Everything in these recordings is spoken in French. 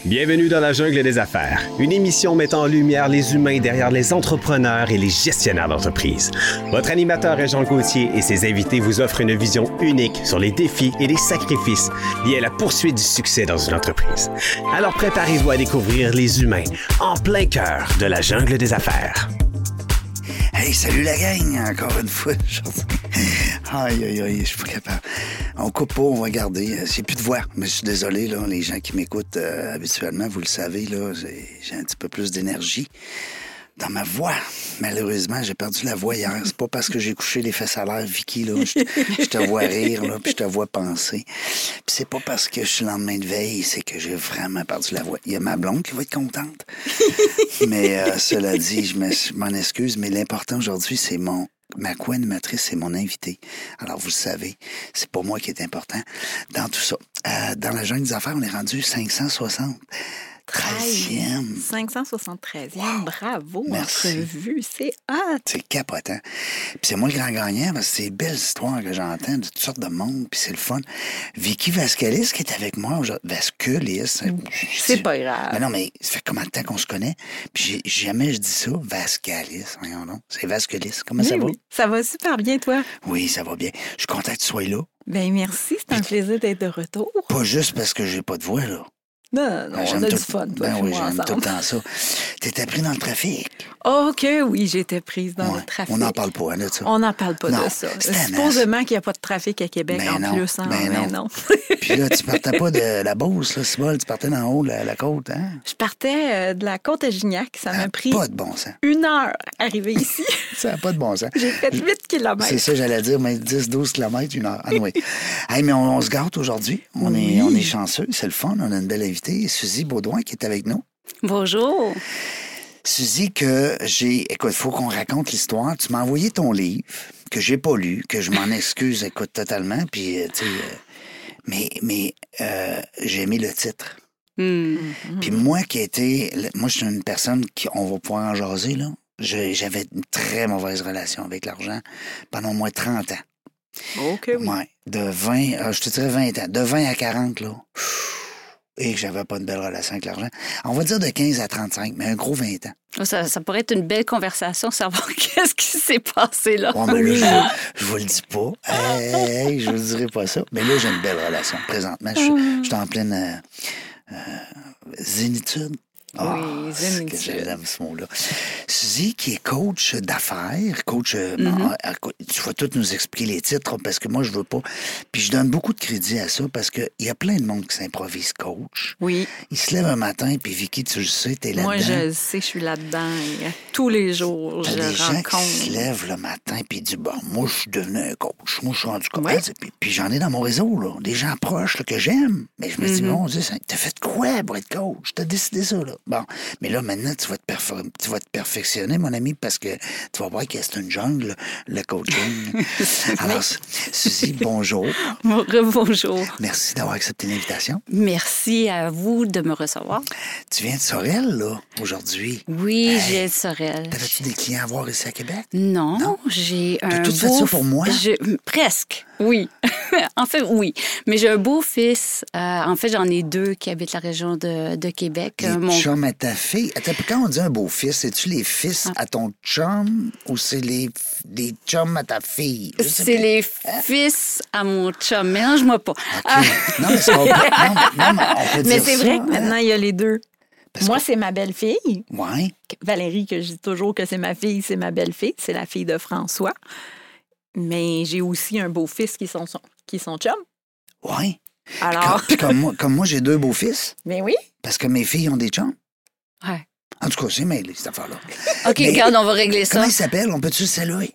Bienvenue dans la jungle des affaires, une émission mettant en lumière les humains derrière les entrepreneurs et les gestionnaires d'entreprise. Votre animateur est Jean Gauthier et ses invités vous offrent une vision unique sur les défis et les sacrifices liés à la poursuite du succès dans une entreprise. Alors préparez-vous à découvrir les humains en plein cœur de la jungle des affaires. Hey, salut la gang, encore une fois. Aïe, je suis pas capable. On coupe pas, on va garder. J'ai plus de voix, mais je suis désolé, là, les gens qui m'écoutent habituellement, vous le savez, là, j'ai un petit peu plus d'énergie dans ma voix. Malheureusement, j'ai perdu la voix hier. C'est pas parce que j'ai couché les fesses à l'air, Vicky, là. Je te vois rire, là, puis je te vois penser. Puis c'est pas parce que je suis le lendemain de veille, c'est que j'ai vraiment perdu la voix. Il y a ma blonde qui va être contente. Mais cela dit, je m'en excuse, mais l'important aujourd'hui, c'est ma co-animatrice, c'est mon invité. Alors, vous le savez, c'est pas moi qui est important dans tout ça. Dans la jungle des affaires, on est rendu 560. 13e. 573e, wow. Bravo, merci. Entrevue, c'est hot. C'est capotant. Puis c'est moi le grand gagnant parce que c'est des belles histoires que j'entends de toutes sortes de monde, puis c'est le fun. Vicky Vascalis qui est avec moi aujourd'hui. Vascalis. C'est pas grave. Mais non, mais ça fait combien de temps qu'on se connaît? Puis jamais je dis ça, Vascalis. Voyons donc. C'est Vascalis. Comment ça va? Oui. Ça va super bien, toi? Oui, ça va bien. Je suis content que tu sois là. Bien, merci. C'est un plaisir d'être de retour. Pas juste parce que j'ai pas de voix, là. Non, on a du fun, toi, oui, j'aime tout le temps ça. T'étais pris dans le trafic. Oh, que oui, j'étais prise dans le trafic. On n'en parle pas, hein, de ça. On n'en parle pas de ça. Supposément qu'il n'y a pas de trafic à Québec plus. Hein, mais non. Puis là, tu partais pas de la Beauce, là, c'est bon, tu partais d'en haut de la côte, hein? Je partais de la côte à Gignac. Ça m'a pris pas de bon sens. 1 heure arriver ici. Ça n'a pas de bon sens. J'ai fait 8 kilomètres. C'est ça, j'allais dire, mais 10-12 kilomètres, 1 heure. Ah, oui. Hey, mais on se gâte aujourd'hui. On est chanceux, c'est le fun. On a une belle invitée, Suzy Baudouin, qui est avec nous. Bonjour. Suzy, écoute, il faut qu'on raconte l'histoire. Tu m'as envoyé ton livre, que j'ai pas lu, que je m'en excuse, écoute, totalement. Puis, tu sais, mais j'ai aimé le titre. Puis moi, moi, je suis une personne on va pouvoir en jaser, là. J'avais une très mauvaise relation avec l'argent pendant au moins 30 ans. OK, oui. Ouais, de 20, je te dirais 20 ans. De 20 à 40, là. Et que j'avais pas une belle relation avec l'argent. On va dire de 15 à 35, mais un gros 20 ans. Ça pourrait être une belle conversation, savoir qu'est-ce qui s'est passé là. Bon, mais là, je vous le dis pas. Hey, je vous dirai pas ça. Mais là, j'ai une belle relation. Présentement, je suis en pleine zénitude. Oui, zénitude. Que j'aime ce mot-là. Suzy, qui est coach d'affaires, coach... tu vas tout nous expliquer les titres, parce que moi, je veux pas... Puis je donne beaucoup de crédit à ça, parce qu'il y a plein de monde qui s'improvise coach. Oui. Il se lève un matin, puis Vicky, tu le sais, t'es là-dedans. Moi, je le sais, je suis là-dedans. Tous les jours, je rencontre... des gens qui se lèvent le matin, puis ils disent, bon, moi, je suis devenu un coach. Moi, je suis rendu coach. Ouais. Puis j'en ai dans mon réseau, là. Des gens proches, là, que j'aime. Mais je me dis, mon Dieu, t'as fait quoi pour être coach? T'as décidé ça, là. Bon, mais là, maintenant, tu vas te perfectionner, mon ami, parce que tu vas voir que c'est une jungle, le coaching. Alors, Suzy, bonjour. Bonjour. Merci d'avoir accepté l'invitation. Merci à vous de me recevoir. Tu viens de Sorel, là, aujourd'hui? Oui, je viens de Sorel. T'avais-tu des clients à voir ici à Québec? Non. J'ai un T'as tout fait ça pour moi? Presque, oui. En fait, oui. Mais j'ai un beau-fils. En fait, j'en ai 2 qui habitent la région de Québec. Les chums à ta fille. Attends, quand on dit un beau-fils, c'est-tu les fils à ton chum ou c'est les chums à ta fille? C'est les fils à mon chum. Mélange-moi pas. OK. Non, mais on peut dire mais c'est ça, vrai que maintenant, il y a les deux. Parce moi, que... c'est ma belle-fille. Oui. Valérie, que je dis toujours que c'est ma fille, c'est ma belle-fille. C'est la fille de François. Mais j'ai aussi un beau-fils qui est son chum. Oui. Alors... Comme moi, j'ai 2 beaux-fils. Mais oui. Parce que mes filles ont des chums. Ouais. En tout cas, c'est mêlé, cette affaire-là. OK, regarde, on va régler ça. Comment ils s'appellent? On peut-tu le saluer?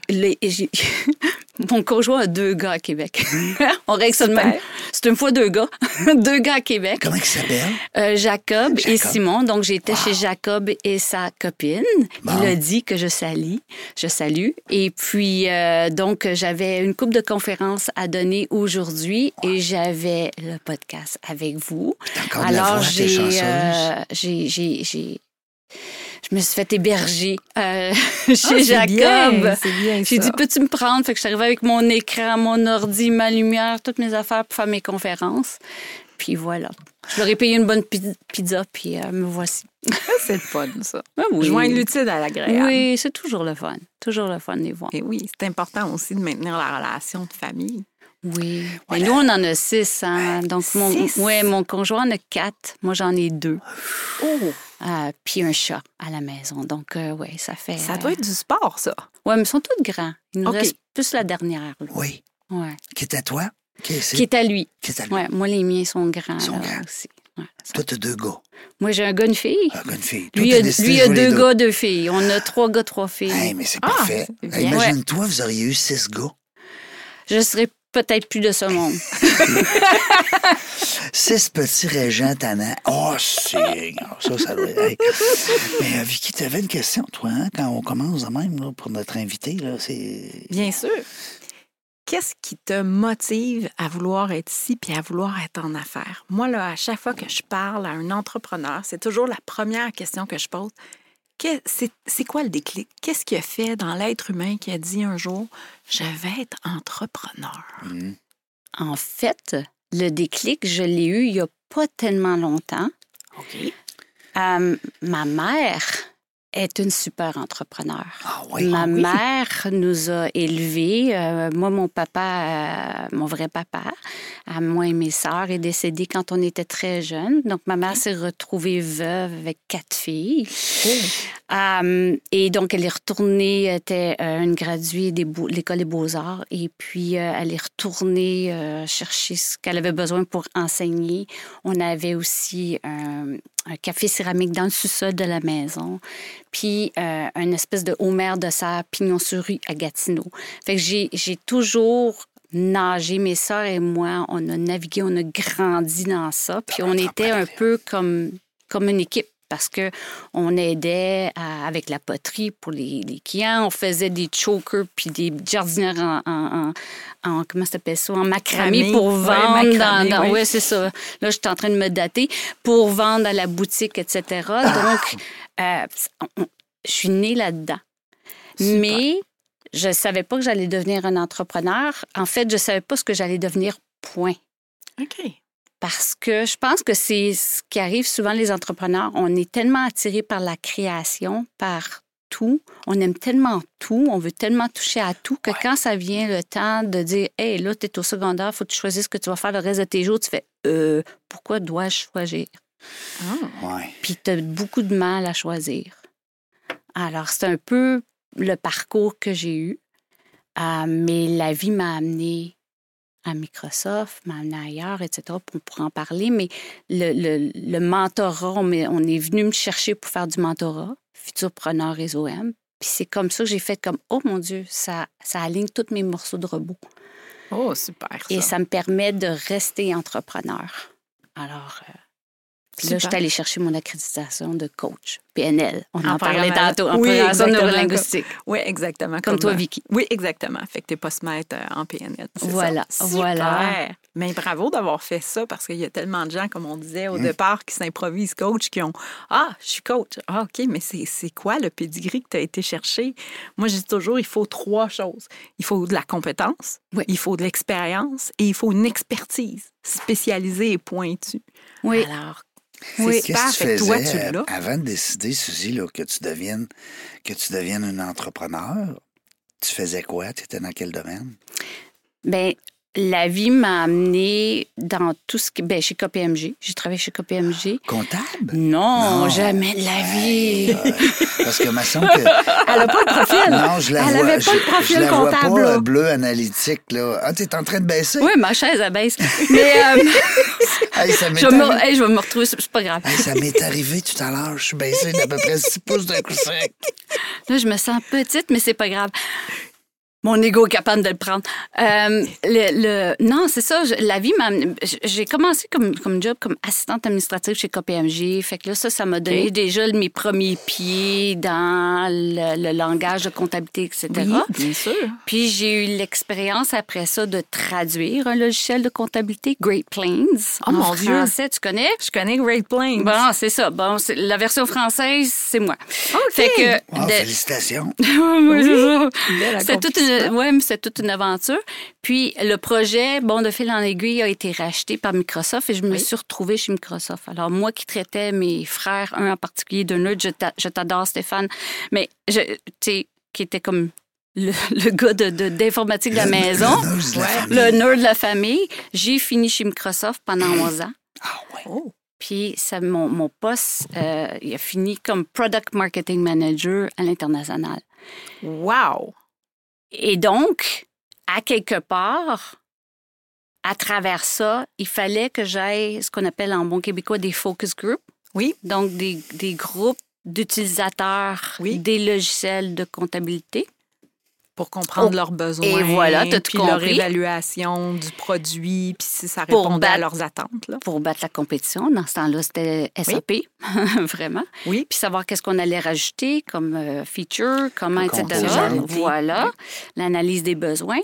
Mon conjoint a 2 gars à Québec. On règle ça de même. C'est une fois 2 gars. 2 gars à Québec. Comment ils s'appellent? Jacob et Simon. Donc, j'étais chez Jacob et sa copine. Bon. Il a dit que je salue. Et puis, donc, j'avais une couple de conférences à donner aujourd'hui et j'avais le podcast avec vous. Alors, je me suis fait héberger chez Jacob. C'est bien J'ai ça. dit, peux-tu me prendre? Fait que je suis arrivée avec mon écran, mon ordi, ma lumière, toutes mes affaires pour faire mes conférences. Puis voilà. Je leur ai payé une bonne pizza, puis me voici. C'est le fun, ça. Ah oui. Joindre l'utile à l'agréable. Oui, c'est toujours le fun. Toujours le fun de les voir. Et oui, c'est important aussi de maintenir la relation de famille. Oui. Mais nous, on en a 6. Hein? Donc, Six? mon conjoint en a 4. Moi, j'en ai 2. Oh! Puis un chat à la maison. Donc, oui, ça fait... Ça doit être du sport, ça. Oui, mais ils sont tous grands. Il nous OK. reste plus la dernière. Là. Oui. Ouais. Qui est à toi? Qui Qui est à lui. est à lui? Ouais, moi, les miens sont grands. Ils sont là, grands. aussi. Ouais, ça. Toi, t'as 2 gars. Moi, j'ai un gars, une fille. Ah, une fille. Lui, Toi, il t'as décidé a de jouer les 2 gars, 2 filles. On a 3 gars, 3 filles. Hey, mais c'est Ah, parfait. c'est Hey, bien. imagine-toi, vous auriez eu 6 gars. Je serais peut-être plus de ce monde. 6 petits régents tannants. Oh, c'est... Ça doit être... Hey. Mais Vicky, tu avais une question, toi, hein, quand on commence de même là, pour notre invité. Là, c'est... Bien sûr. Qu'est-ce qui te motive à vouloir être ici puis à vouloir être en affaires? Moi, là, à chaque fois que je parle à un entrepreneur, c'est toujours la première question que je pose. C'est quoi le déclic? Qu'est-ce qui a fait dans l'être humain qui a dit un jour, je vais être entrepreneur? En fait, le déclic, je l'ai eu il n'y a pas tellement longtemps. OK. Ma mère est une super entrepreneur. Ah oui? Ma mère nous a élevés. Moi, mon papa, mon vrai papa, moi et mes sœurs, est décédé quand on était très jeunes. Donc, ma mère s'est retrouvée veuve avec 4 filles. Et donc, elle est retournée, elle était une graduée de l'École des Beaux-Arts. Et puis, elle est retournée chercher ce qu'elle avait besoin pour enseigner. On avait aussi un café céramique dans le sous-sol de la maison. Puis, une espèce de haut-mer de serre, pignon-sur-rue à Gatineau. Fait que j'ai toujours nagé, mes sœurs et moi, on a navigué, on a grandi dans ça. Puis, on était un peu comme une équipe. Parce qu'on aidait avec la poterie pour les clients. On faisait des chokers puis des jardinières en comment ça s'appelle ça? En macramé pour vendre. Oui, c'est ça. Là, j'étais en train de me dater. Pour vendre à la boutique, etc. Donc, je suis née là-dedans. Super. Mais je ne savais pas que j'allais devenir un entrepreneur. En fait, je ne savais pas ce que j'allais devenir, point. OK. Parce que je pense que c'est ce qui arrive souvent, les entrepreneurs. On est tellement attirés par la création, par tout. On aime tellement tout, on veut tellement toucher à tout que quand ça vient le temps de dire « Hey, là, tu es au secondaire, il faut que tu choisisses ce que tu vas faire le reste de tes jours », tu fais « Pourquoi dois-je choisir? » Ouais. Puis tu as beaucoup de mal à choisir. Alors, c'est un peu le parcours que j'ai eu. Mais la vie m'a amenée à Microsoft, m'a amené ailleurs, etc., on pourra en parler, mais le mentorat, on est venu me chercher pour faire du mentorat, Futurpreneur Réseau M, puis c'est comme ça que j'ai fait comme, oh mon Dieu, ça aligne tous mes morceaux de robot. Oh, super, ça. Et ça me permet de rester entrepreneur. Alors, puis là, je suis allée chercher mon accréditation de coach, PNL. On en parlait tantôt, en programmation neurolinguistique. Oui, exactement. Comme toi, Vicky. Oui, exactement. Fait que tu n'es pas se mettre en PNL. Voilà, ça. voilà. Mais bravo d'avoir fait ça parce qu'il y a tellement de gens, comme on disait au départ, qui s'improvisent coach, qui ont « Ah, je suis coach. Ah, OK, mais c'est quoi le pedigree que tu as été chercher? » Moi, je dis toujours, il faut 3 choses. Il faut de la compétence, il faut de l'expérience et il faut une expertise spécialisée et pointue. Oui. Alors, Oui. c'est Qu'est-ce super. que tu Toi, faisais tu l'as. avant de décider, Suzy, là, que tu deviennes un entrepreneur? Tu faisais quoi? Tu étais dans quel domaine? Bien, la vie m'a amenée dans tout ce qui... Bien, chez KPMG. J'ai travaillé chez KPMG. Comptable? Non, jamais de la vie. Parce que, me semble que... Elle n'a pas le profil. Non, je la Elle vois. n'avait pas le profil je la vois comptable. pas là. bleu analytique, là. Ah, t'es en train de baisser? Oui, ma chaise, elle baisse. Mais Hey, ça m'est je vais me retrouver, c'est pas grave. Hey, ça m'est arrivé tout à l'heure. Je suis baissé d'à peu près 6 pouces d'un coup sec. Là, je me sens petite, mais c'est pas grave. Mon ego est capable de le prendre. Non, c'est ça. La vie m'a... J'ai commencé comme job comme assistante administrative chez KPMG. Fait que là, ça m'a donné déjà mes premiers pieds dans le langage de comptabilité, etc. Oui, bien sûr. Puis j'ai eu l'expérience après ça de traduire un logiciel de comptabilité, Great Plains. Oh mon Dieu! Français, tu connais? Je connais Great Plains. Bon, c'est ça. Bon, la version française, c'est moi. OK. Fait que... Wow, félicitations. Oui, c'est ça. Bel C'était toute une aventure. Puis le projet, de fil en aiguille, a été racheté par Microsoft et je me suis retrouvée chez Microsoft. Alors moi qui traitais mes frères, un en particulier de nerd, je t'adore Stéphane, mais tu sais, qui était comme le gars d'informatique de la maison, le nerd de la famille, j'ai fini chez Microsoft pendant 11 ans. Ah ouais. Oh. Puis mon poste, il a fini comme Product Marketing Manager à l'international. Wow! Et donc, à quelque part, à travers ça, il fallait que j'aille ce qu'on appelle en bon québécois des focus groups. Oui. Donc, des groupes d'utilisateurs des logiciels de comptabilité. Pour comprendre leurs besoins. Et voilà, t'as tout puis compris. leur évaluation du produit, puis si ça répondait à leurs attentes. Là. Pour battre la compétition. Dans ce temps-là, c'était SAP, vraiment. Oui. Puis savoir qu'est-ce qu'on allait rajouter comme feature, comment, etc. Voilà, l'analyse des besoins.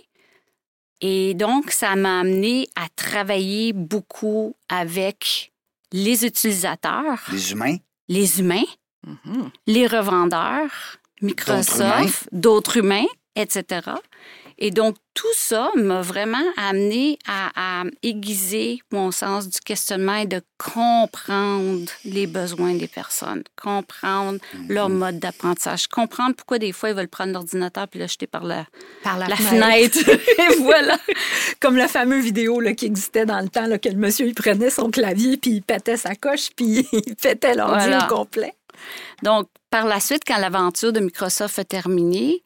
Et donc, ça m'a amené à travailler beaucoup avec les utilisateurs. Les humains. Les humains, les revendeurs, Microsoft, d'autres humains, etc. Et donc, tout ça m'a vraiment amené à aiguiser mon sens du questionnement et de comprendre les besoins des personnes, comprendre leur mode d'apprentissage, comprendre pourquoi des fois ils veulent prendre l'ordinateur puis le jeter par la fenêtre. Et voilà. Comme la fameuse vidéo là, qui existait dans le temps, là, que le monsieur il prenait son clavier puis il pétait sa coche puis il pétait l'ordi au complet. Donc, par la suite, quand l'aventure de Microsoft a terminé,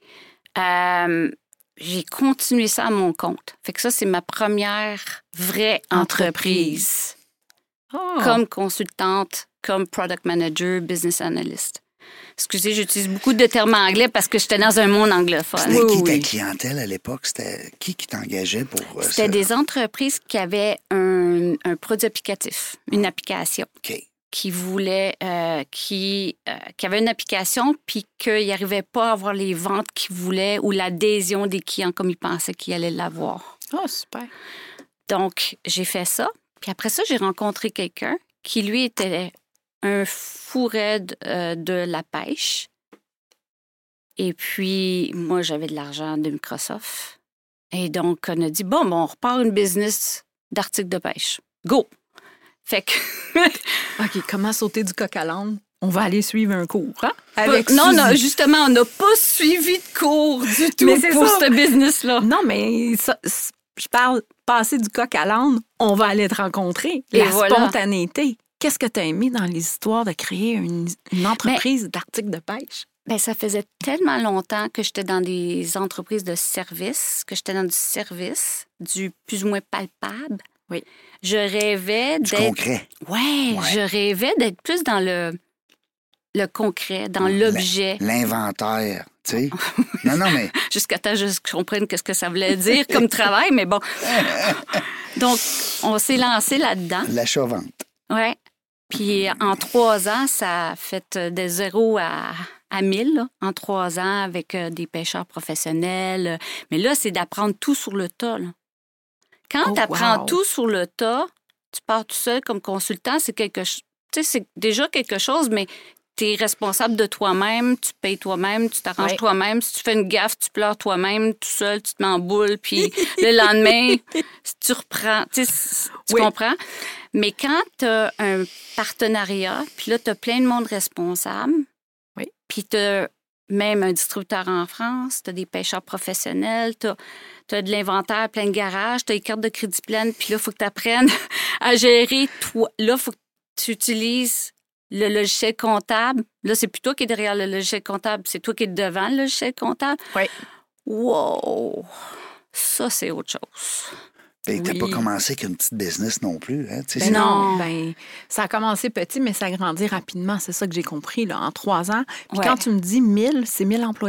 j'ai continué ça à mon compte. Fait que ça, c'est ma première vraie entreprise. Comme consultante, comme product manager, business analyst. Excusez, j'utilise beaucoup de termes anglais parce que j'étais dans un monde anglophone. C'était qui ta clientèle à l'époque? C'était qui t'engageait pour C'était des entreprises qui avaient un produit applicatif, une application. OK. Qui voulait, qui avait une application, puis qu'il n'arrivait pas à avoir les ventes qu'ils voulaient ou l'adhésion des clients comme ils pensaient qu'ils allaient l'avoir. Oh, super. Donc, j'ai fait ça. Puis après ça, j'ai rencontré quelqu'un qui, lui, était un fou raide de la pêche. Et puis, moi, j'avais de l'argent de Microsoft. Et donc, on a dit, on repart une business d'articles de pêche. Go! Fait que... OK, comment sauter du coq à l'âne? On va aller suivre un cours, hein? Non, justement, on n'a pas suivi de cours du tout pour ce business-là. Non, mais ça, je parle passer du coq à l'âne, on va aller te rencontrer. La spontanéité. Qu'est-ce que tu as aimé dans les histoires de créer une entreprise d'articles de pêche? Bien, ça faisait tellement longtemps que j'étais dans des entreprises de service, que j'étais dans du service, du plus ou moins palpable. Oui. Je rêvais d'être... Du concret. Ouais, je rêvais d'être plus dans le concret, dans l'objet. L'inventaire, tu sais. Non, mais... Jusqu'à temps que je comprenne ce que ça voulait dire comme travail, mais bon. Donc, on s'est lancé là-dedans. L'achat-vente. Ouais. Puis en 3 ans, ça a fait de 0 à 1000, là, en 3 ans, avec des pêcheurs professionnels. Mais là, c'est d'apprendre tout sur le tas, là. Quand tu apprends tout sur le tas, tu pars tout seul comme consultant, c'est quelque chose. Tu sais, c'est déjà quelque chose, mais tu es responsable de toi-même, tu payes toi-même, tu t'arranges toi-même. Si tu fais une gaffe, tu pleures toi-même, tout seul, tu te mets en boule, puis le lendemain, tu reprends. Tu comprends? Mais quand tu as un partenariat, puis là, tu as plein de monde responsable, puis tu as même un distributeur en France, tu as des pêcheurs professionnels, tu as de l'inventaire, plein de garages, tu as les cartes de crédit pleines, puis là, il faut que tu apprennes à gérer toi. Là, il faut que tu utilises le logiciel comptable. Là, c'est plus toi qui es derrière le logiciel comptable, c'est toi qui es devant le logiciel comptable. Oui. Wow! Ça, c'est autre chose. Tu n'as pas commencé qu'une petite business non plus. Hein? Non, ça a commencé petit, mais ça a grandi rapidement. C'est ça que j'ai compris là, en 3 ans. Puis quand tu me dis 1000, c'est 1000 employés?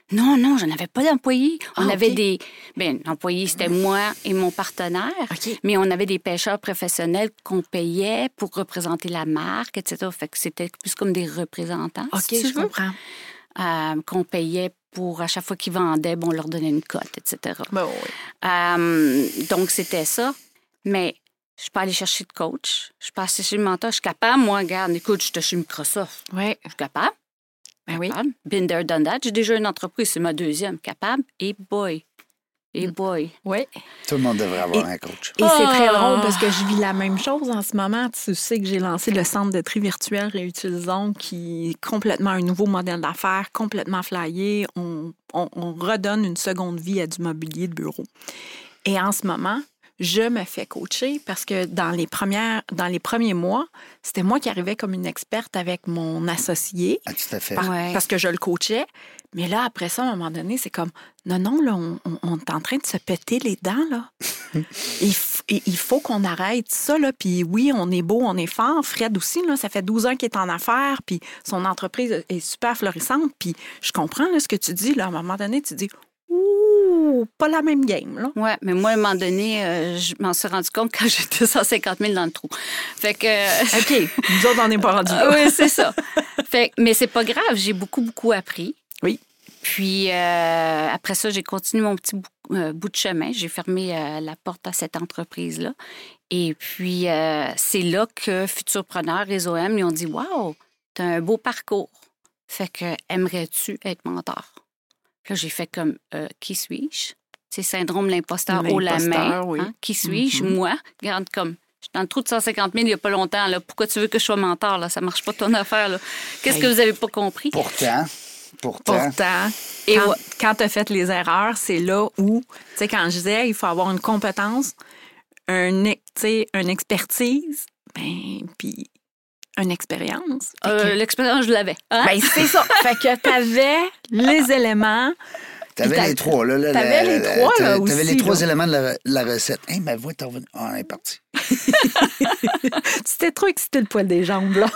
Non, je n'avais pas d'employés. On avait OK. des... Bien, l'employé, c'était moi et mon partenaire. OK. Mais on avait des pêcheurs professionnels qu'on payait pour représenter la marque, etc. Fait que c'était plus comme des représentants, OK, si tu je veux. comprends. Qu'on payait pour, à chaque fois qu'ils vendaient, on leur donnait une cote, etc. Ben oui. Donc, c'était ça. Mais je suis pas allée chercher de coach. Je suis pas allée chercher de mentor. Je suis capable, moi, regarde, écoute, j'étais chez Microsoft. Oui. Je suis capable. Ben oui. Capable. Been there, done that. J'ai déjà une entreprise, c'est ma deuxième. Capable. Et boy. Oui. Tout le monde devrait avoir un coach. Et c'est très drôle parce que je vis la même chose en ce moment. Tu sais que j'ai lancé le centre de tri virtuel Réutilisons qui est complètement un nouveau modèle d'affaires, complètement flyé. On redonne une seconde vie à du mobilier de bureau. Et en ce moment, je me fais coacher parce que dans les premiers mois, c'était moi qui arrivais comme une experte avec mon associé Ah, tout à fait. parce que je le coachais. Mais là, après ça, à un moment donné, c'est comme, non, là, on est en train de se péter les dents, là. Il faut qu'on arrête ça, là. Puis oui, on est beau, on est fort. Fred aussi, là, ça fait 12 ans qu'il est en affaires, puis son entreprise est super florissante. Puis je comprends, là, ce que tu dis, là. À un moment donné, tu dis, ouh, pas la même game, là. Oui, mais moi, à un moment donné, je m'en suis rendu compte quand j'étais 150 000 dans le trou. Fait que... OK, nous autres, on n'est pas rendus là. Oui, c'est ça. Mais c'est pas grave, j'ai beaucoup appris. Oui. Puis après ça, j'ai continué mon petit bout de chemin. J'ai fermé la porte à cette entreprise-là. Et puis, c'est là que Futurpreneur, Réseau M, ils ont dit « Wow, t'as un beau parcours. Fait que aimerais-tu être mentor? » Puis là, j'ai fait comme « Qui suis-je? » C'est syndrome l'imposteur haut la main. Oui. Hein? Qui suis-je? Moi, regarde comme... Je suis dans le trou de 150 000 il n'y a pas longtemps. Là. Pourquoi tu veux que je sois mentor? Là? Ça ne marche pas ton affaire. Là. Qu'est-ce que vous n'avez pas compris? Pourtant. Et quand tu as fait les erreurs, c'est là où, tu sais, quand je disais, il faut avoir une compétence, une expertise, puis une expérience. L'expérience, je l'avais. Hein? Ben, c'est ça. Fait que tu avais les éléments. T'avais les trois, là. T'avais les trois, là, aussi. T'avais les trois là. éléments de la recette. Hey, ma voix est revenue. Ah, elle est partie. Tu t'es trop excité le poil des jambes, là.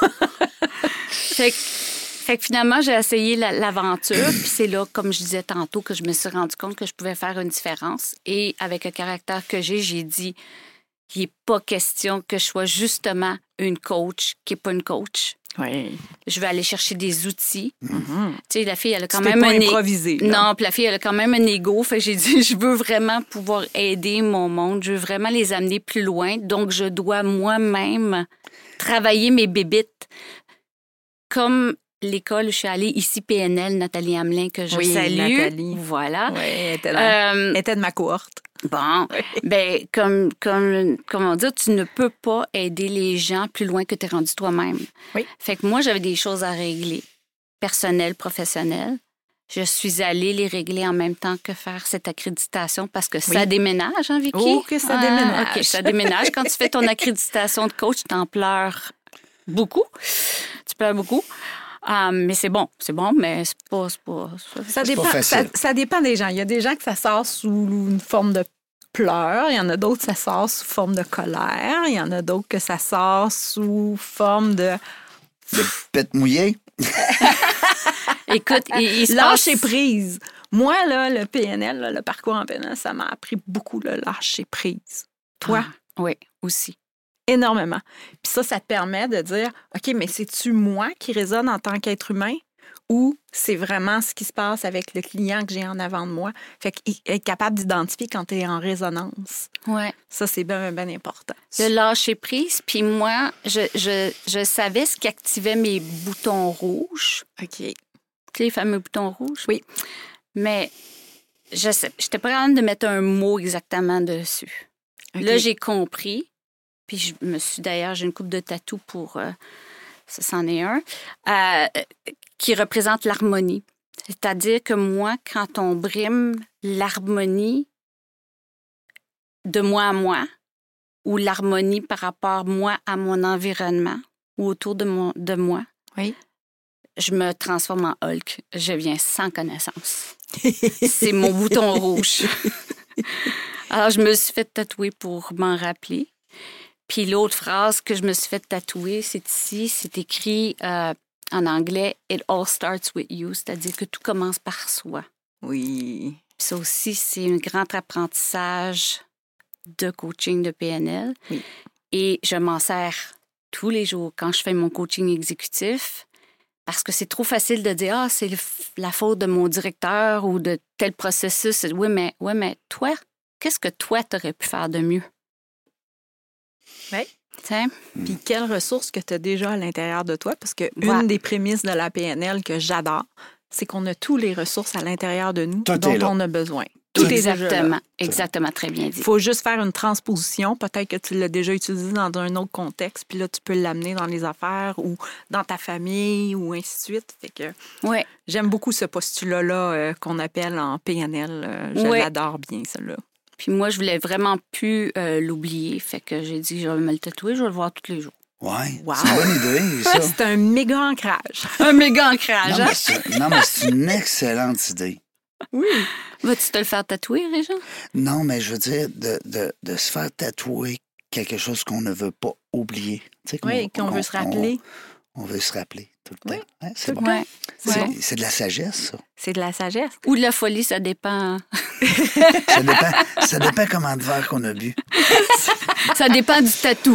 Fait que finalement, j'ai essayé l'aventure. Puis c'est là, comme je disais tantôt, que je me suis rendu compte que je pouvais faire une différence. Et avec le caractère que j'ai dit, il n'est pas question que je sois justement une coach qui n'est pas une coach. Oui. Je vais aller chercher des outils. Tu sais, la fille, elle a quand Tu même t'es pas un... improvisé, là. Non, puis la fille, elle a quand même un ego. Fait que j'ai dit, je veux vraiment pouvoir aider mon monde. Je veux vraiment les amener plus loin. Donc, je dois moi-même travailler mes bébites. Comme l'école où je suis allée, ici PNL, Nathalie Hamelin, que je salue. Nathalie. Voilà. Oui, elle était de ma cohorte. Bon, ben comment dire, tu ne peux pas aider les gens plus loin que tu es rendu toi-même. Oui. Fait que moi, j'avais des choses à régler, personnelles, professionnelles. Je suis allée les régler en même temps que faire cette accréditation parce que ça déménage, hein, Vicky? Oh, que ça déménage. OK, ça déménage. Quand tu fais ton accréditation de coach, tu en pleures beaucoup. Tu pleures beaucoup. Mais c'est bon, mais c'est pas Ça dépend, facile. ça dépend des gens. Il y a des gens que ça sort sous une forme de pleurs. Il y en a d'autres que ça sort sous forme de colère. Il y en a d'autres que ça sort sous forme de... Pète mouillée. Écoute, il se lâcher passe... prise. Moi, là, le PNL, là, le parcours en PNL, ça m'a appris beaucoup le lâcher prise. Toi? Oui, aussi. Énormément. Puis ça te permet de dire, OK, mais c'est-tu moi qui résonne en tant qu'être humain ou c'est vraiment ce qui se passe avec le client que j'ai en avant de moi? Fait qu'être capable d'identifier quand tu es en résonance. Ouais. Ça, c'est bien, bien important. Le lâcher prise. Puis moi, je savais ce qui activait mes boutons rouges. OK. Les fameux boutons rouges. Oui. Mais je n'étais pas capable de mettre un mot exactement dessus. Okay. Là, j'ai compris. Puis j'ai une coupe de tatou pour, ça c'en est un, qui représente l'harmonie. C'est-à-dire que moi, quand on brime l'harmonie de moi à moi, ou l'harmonie par rapport moi à mon environnement, ou autour de moi, oui. Je me transforme en Hulk. Je viens sans connaissance. C'est mon bouton rouge. Alors, je me suis fait tatouer pour m'en rappeler. Puis l'autre phrase que je me suis fait tatouer, c'est ici, c'est écrit en anglais « It all starts with you », c'est-à-dire que tout commence par soi. Oui. Ça aussi, c'est un grand apprentissage de coaching de PNL. Oui. Et je m'en sers tous les jours quand je fais mon coaching exécutif parce que c'est trop facile de dire « Ah, c'est la faute de mon directeur ou de tel processus. » Oui, mais toi, qu'est-ce que toi, t'aurais pu faire de mieux? Oui. T'sais? Puis quelles ressources que tu as déjà à l'intérieur de toi? Parce que Voilà. une des prémices de la PNL que j'adore, c'est qu'on a toutes les ressources à l'intérieur de nous Tout dont est là. on a besoin. Tout est déjà là. Exactement, très bien dit. Il faut juste faire une transposition. Peut-être que tu l'as déjà utilisé dans un autre contexte, puis là, tu peux l'amener dans les affaires ou dans ta famille ou ainsi de suite. Fait que Ouais. j'aime beaucoup ce postulat-là qu'on appelle en PNL. Je l'adore bien, celui-là. Puis moi, je voulais vraiment plus l'oublier. Fait que j'ai dit, je vais me le tatouer, je vais le voir tous les jours. Oui, Wow. c'est une bonne idée, ça. C'est un méga ancrage. Un méga ancrage, Non, hein? mais c'est une excellente idée. Oui. Vas-tu te le faire tatouer, Régent? Non, mais je veux dire, de se faire tatouer quelque chose qu'on ne veut pas oublier. Tu sais, Oui, qu'on veut se rappeler. On veut se rappeler tout le temps. Oui, Hein, c'est tout bon. le temps. Ouais. C'est de la sagesse, ça. C'est de la sagesse. Ou de la folie, ça dépend. Ça dépend comment de verre qu'on a bu. Ça dépend du tatou.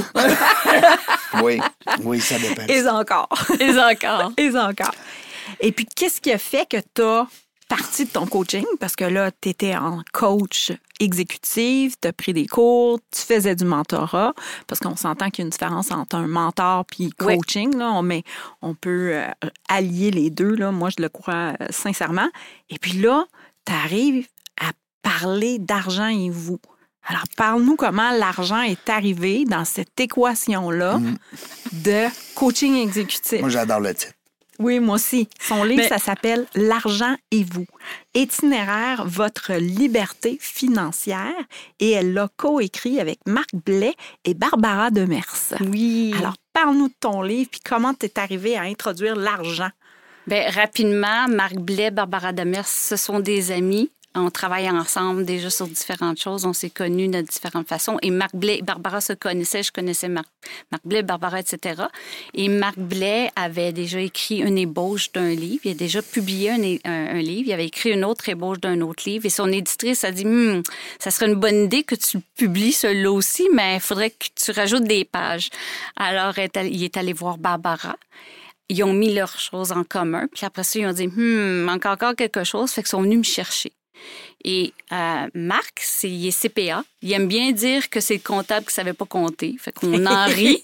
Oui, ça dépend. Et encore. Et encore. Et encore. Et puis, qu'est-ce qui a fait que tu as parti de ton coaching? Parce que là, tu étais en coach exécutif, tu as pris des cours, tu faisais du mentorat, parce qu'on s'entend qu'il y a une différence entre un mentor puis coaching. Oui. Là, on peut allier les deux. Là. Moi, je le crois sincèrement. Et puis là, tu arrives à parler d'argent et vous. Alors, parle-nous comment l'argent est arrivé dans cette équation-là de coaching exécutif. Moi, j'adore le titre. Oui, moi aussi. Son livre, Mais- ça s'appelle « L'argent et vous. Itinéraire, votre liberté financière » et elle l'a coécrit avec Marc Blais et Barbara Demers. Oui. Alors, parle-nous de ton livre puis comment tu es arrivé à introduire l'argent. Bien, rapidement, Marc Blais, Barbara Demers, ce sont des amis. On travaille ensemble déjà sur différentes choses. On s'est connus de différentes façons. Et Marc Blais et Barbara se connaissaient. Je connaissais Marc Blais, Barbara, etc. Et Marc Blais avait déjà écrit une ébauche d'un livre. Il a déjà publié un livre. Il avait écrit une autre ébauche d'un autre livre. Et son éditrice a dit, ça serait une bonne idée que tu publies celui-là aussi, mais il faudrait que tu rajoutes des pages. Alors, il est allé voir Barbara. Ils ont mis leurs choses en commun. Puis après ça, ils ont dit, manque encore quelque chose. Fait qu'ils sont venus me chercher. Et Marc, il est CPA. Il aime bien dire que c'est le comptable qui ne savait pas compter. Fait qu'on en rit.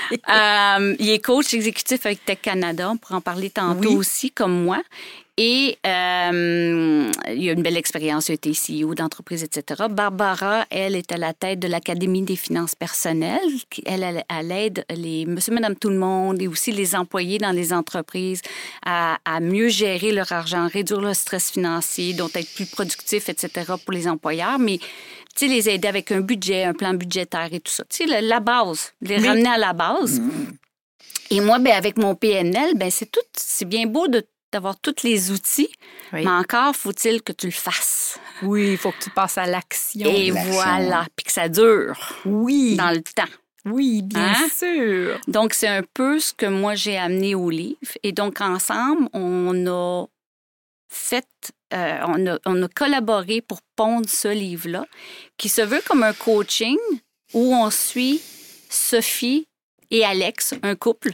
Il est coach exécutif avec Tech Canada. On pourra en parler tantôt aussi, comme moi. Et il a une belle expérience. Il a été CEO d'entreprise, etc. Barbara, elle, est à la tête de l'Académie des finances personnelles. Elle aide les monsieur, madame, tout le monde et aussi les employés dans les entreprises à mieux gérer leur argent, réduire le stress financier, donc être plus productif, etc. pour les employeurs. Mais tu sais, les aider avec un budget, un plan budgétaire et tout ça. Tu sais, la base, les ramener à la base. Et moi, ben, avec mon PNL, ben, c'est bien beau d'avoir tous les outils, mais encore faut-il que tu le fasses. Oui, il faut que tu passes à l'action. Et voilà, puis que ça dure Oui. dans le temps. Oui, bien sûr. Donc, c'est un peu ce que moi, j'ai amené au livre. Et donc, ensemble, on a fait, on a collaboré pour pondre ce livre-là, qui se veut comme un coaching où on suit Sophie et Alex, un couple,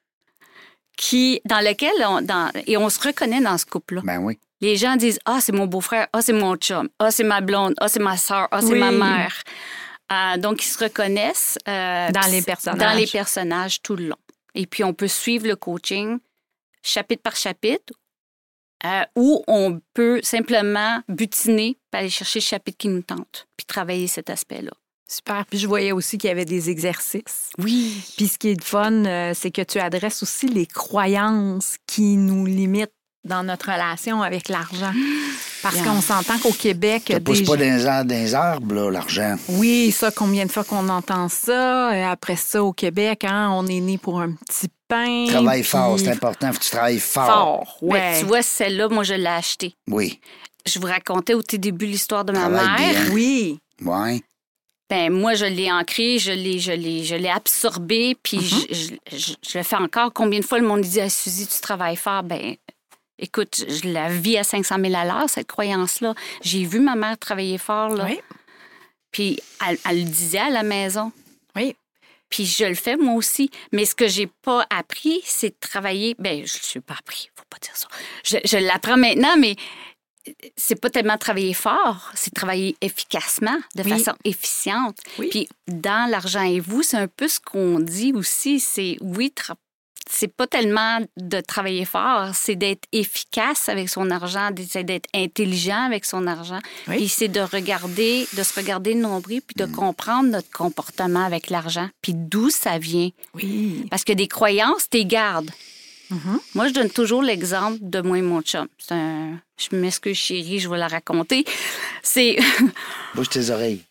dans lequel et on se reconnaît dans ce couple-là. Ben oui. Les gens disent « Ah, c'est mon beau-frère. Ah, c'est mon chum. Ah, c'est ma blonde. Ah, c'est ma soeur. Ah, c'est ma mère. » Donc, ils se reconnaissent dans les personnages. Dans les personnages tout le long. Et puis, on peut suivre le coaching chapitre par chapitre ou on peut simplement butiner pour aller chercher le chapitre qui nous tente puis travailler cet aspect-là. Super. Puis je voyais aussi qu'il y avait des exercices. Oui. Puis ce qui est fun, c'est que tu adresses aussi les croyances qui nous limitent dans notre relation avec l'argent. Parce qu'on s'entend qu'au Québec... Ça pousse pas dans les arbres, là, l'argent. Oui, ça, combien de fois qu'on entend ça. Et après ça, au Québec, hein, on est né pour un petit pain. Travaille fort, c'est important. Faut que tu travailles fort. Ouais. Tu vois, celle-là, moi, je l'ai achetée. Oui. Je vous racontais au tout début l'histoire de ma Travaille mère. bien. Oui. Oui. Ben moi, je l'ai ancré, je l'ai absorbé, puis je le fais encore. Combien de fois le monde dit « Suzy, tu travailles fort? » Ben Écoute, je la vis à 500 000 à l'heure, cette croyance-là. J'ai vu ma mère travailler fort, là. Oui. Puis elle le disait à la maison. Oui. Puis je le fais moi aussi. Mais ce que j'ai pas appris, c'est de travailler... Bien, je ne l'ai pas appris, faut pas dire ça. Je l'apprends maintenant, mais c'est pas tellement travailler fort, c'est travailler efficacement, de façon efficiente. Oui. Puis dans L'argent et vous, c'est un peu ce qu'on dit aussi, c'est c'est pas tellement de travailler fort, c'est d'être efficace avec son argent, c'est d'être intelligent avec son argent. Oui. Puis c'est de se regarder le nombril, puis de comprendre notre comportement avec l'argent, puis d'où ça vient. Oui. Parce que des croyances, t'es gardes. Moi, je donne toujours l'exemple de moi et mon chum. Je m'excuse, chérie, je vais la raconter. C'est... Bouge tes oreilles.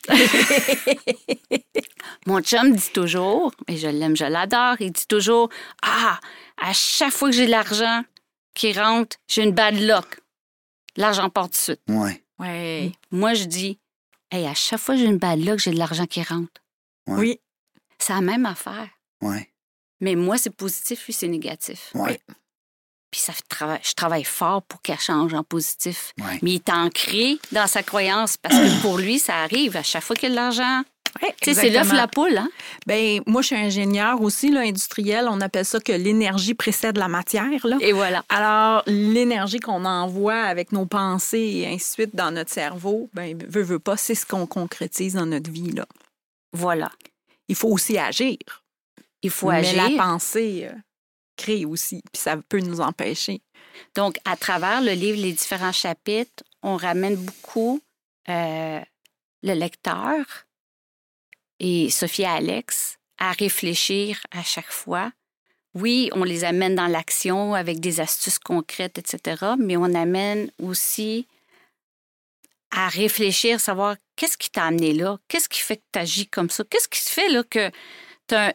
Mon chum dit toujours, et je l'aime, je l'adore, il dit toujours, « Ah, à chaque fois que j'ai de l'argent qui rentre, j'ai une bad luck. L'argent part tout de suite. » Ouais. Oui. Moi, je dis, « Hey, à chaque fois que j'ai une bad luck, j'ai de l'argent qui rentre. » Ouais. Oui. C'est la même affaire. Ouais. Mais moi, c'est positif, lui, c'est négatif. Ouais. Puis je travaille fort pour qu'elle change en positif. Ouais. Mais il est ancré dans sa croyance parce que pour lui, ça arrive à chaque fois qu'il y a de l'argent. Oui, Tu sais, c'est l'œuf la poule, hein? Bien, moi, je suis ingénieure aussi, là, industrielle. On appelle ça que l'énergie précède la matière, là. Et voilà. Alors, l'énergie qu'on envoie avec nos pensées et ainsi de suite dans notre cerveau, bien, veut pas, c'est ce qu'on concrétise dans notre vie, là. Voilà. Il faut aussi agir. Il faut Mais agir. la pensée crée aussi, puis ça peut nous empêcher. Donc, à travers le livre, les différents chapitres, on ramène beaucoup le lecteur et Sophie et Alex à réfléchir à chaque fois. Oui, on les amène dans l'action avec des astuces concrètes, etc., mais on amène aussi à réfléchir, savoir qu'est-ce qui t'a amené là, qu'est-ce qui fait que tu agis comme ça, qu'est-ce qui se fait là que t'as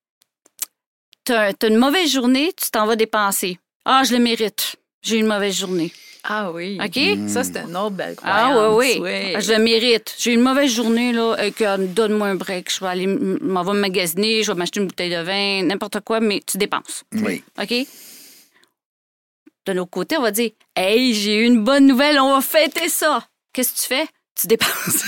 une mauvaise journée, tu t'en vas dépenser. Ah, je le mérite. J'ai eu une mauvaise journée. Ah oui. OK? Ça, c'est une autre belle Ah croyance. oui. Ah, je le mérite. J'ai eu une mauvaise journée, là, et que donne-moi un break. Je vais aller, m'en vais magasiner, je vais m'acheter une bouteille de vin, n'importe quoi, mais tu dépenses. Oui. OK? De l'autre côté, on va dire, hey, j'ai eu une bonne nouvelle, on va fêter ça. Qu'est-ce que tu fais? Tu dépenses.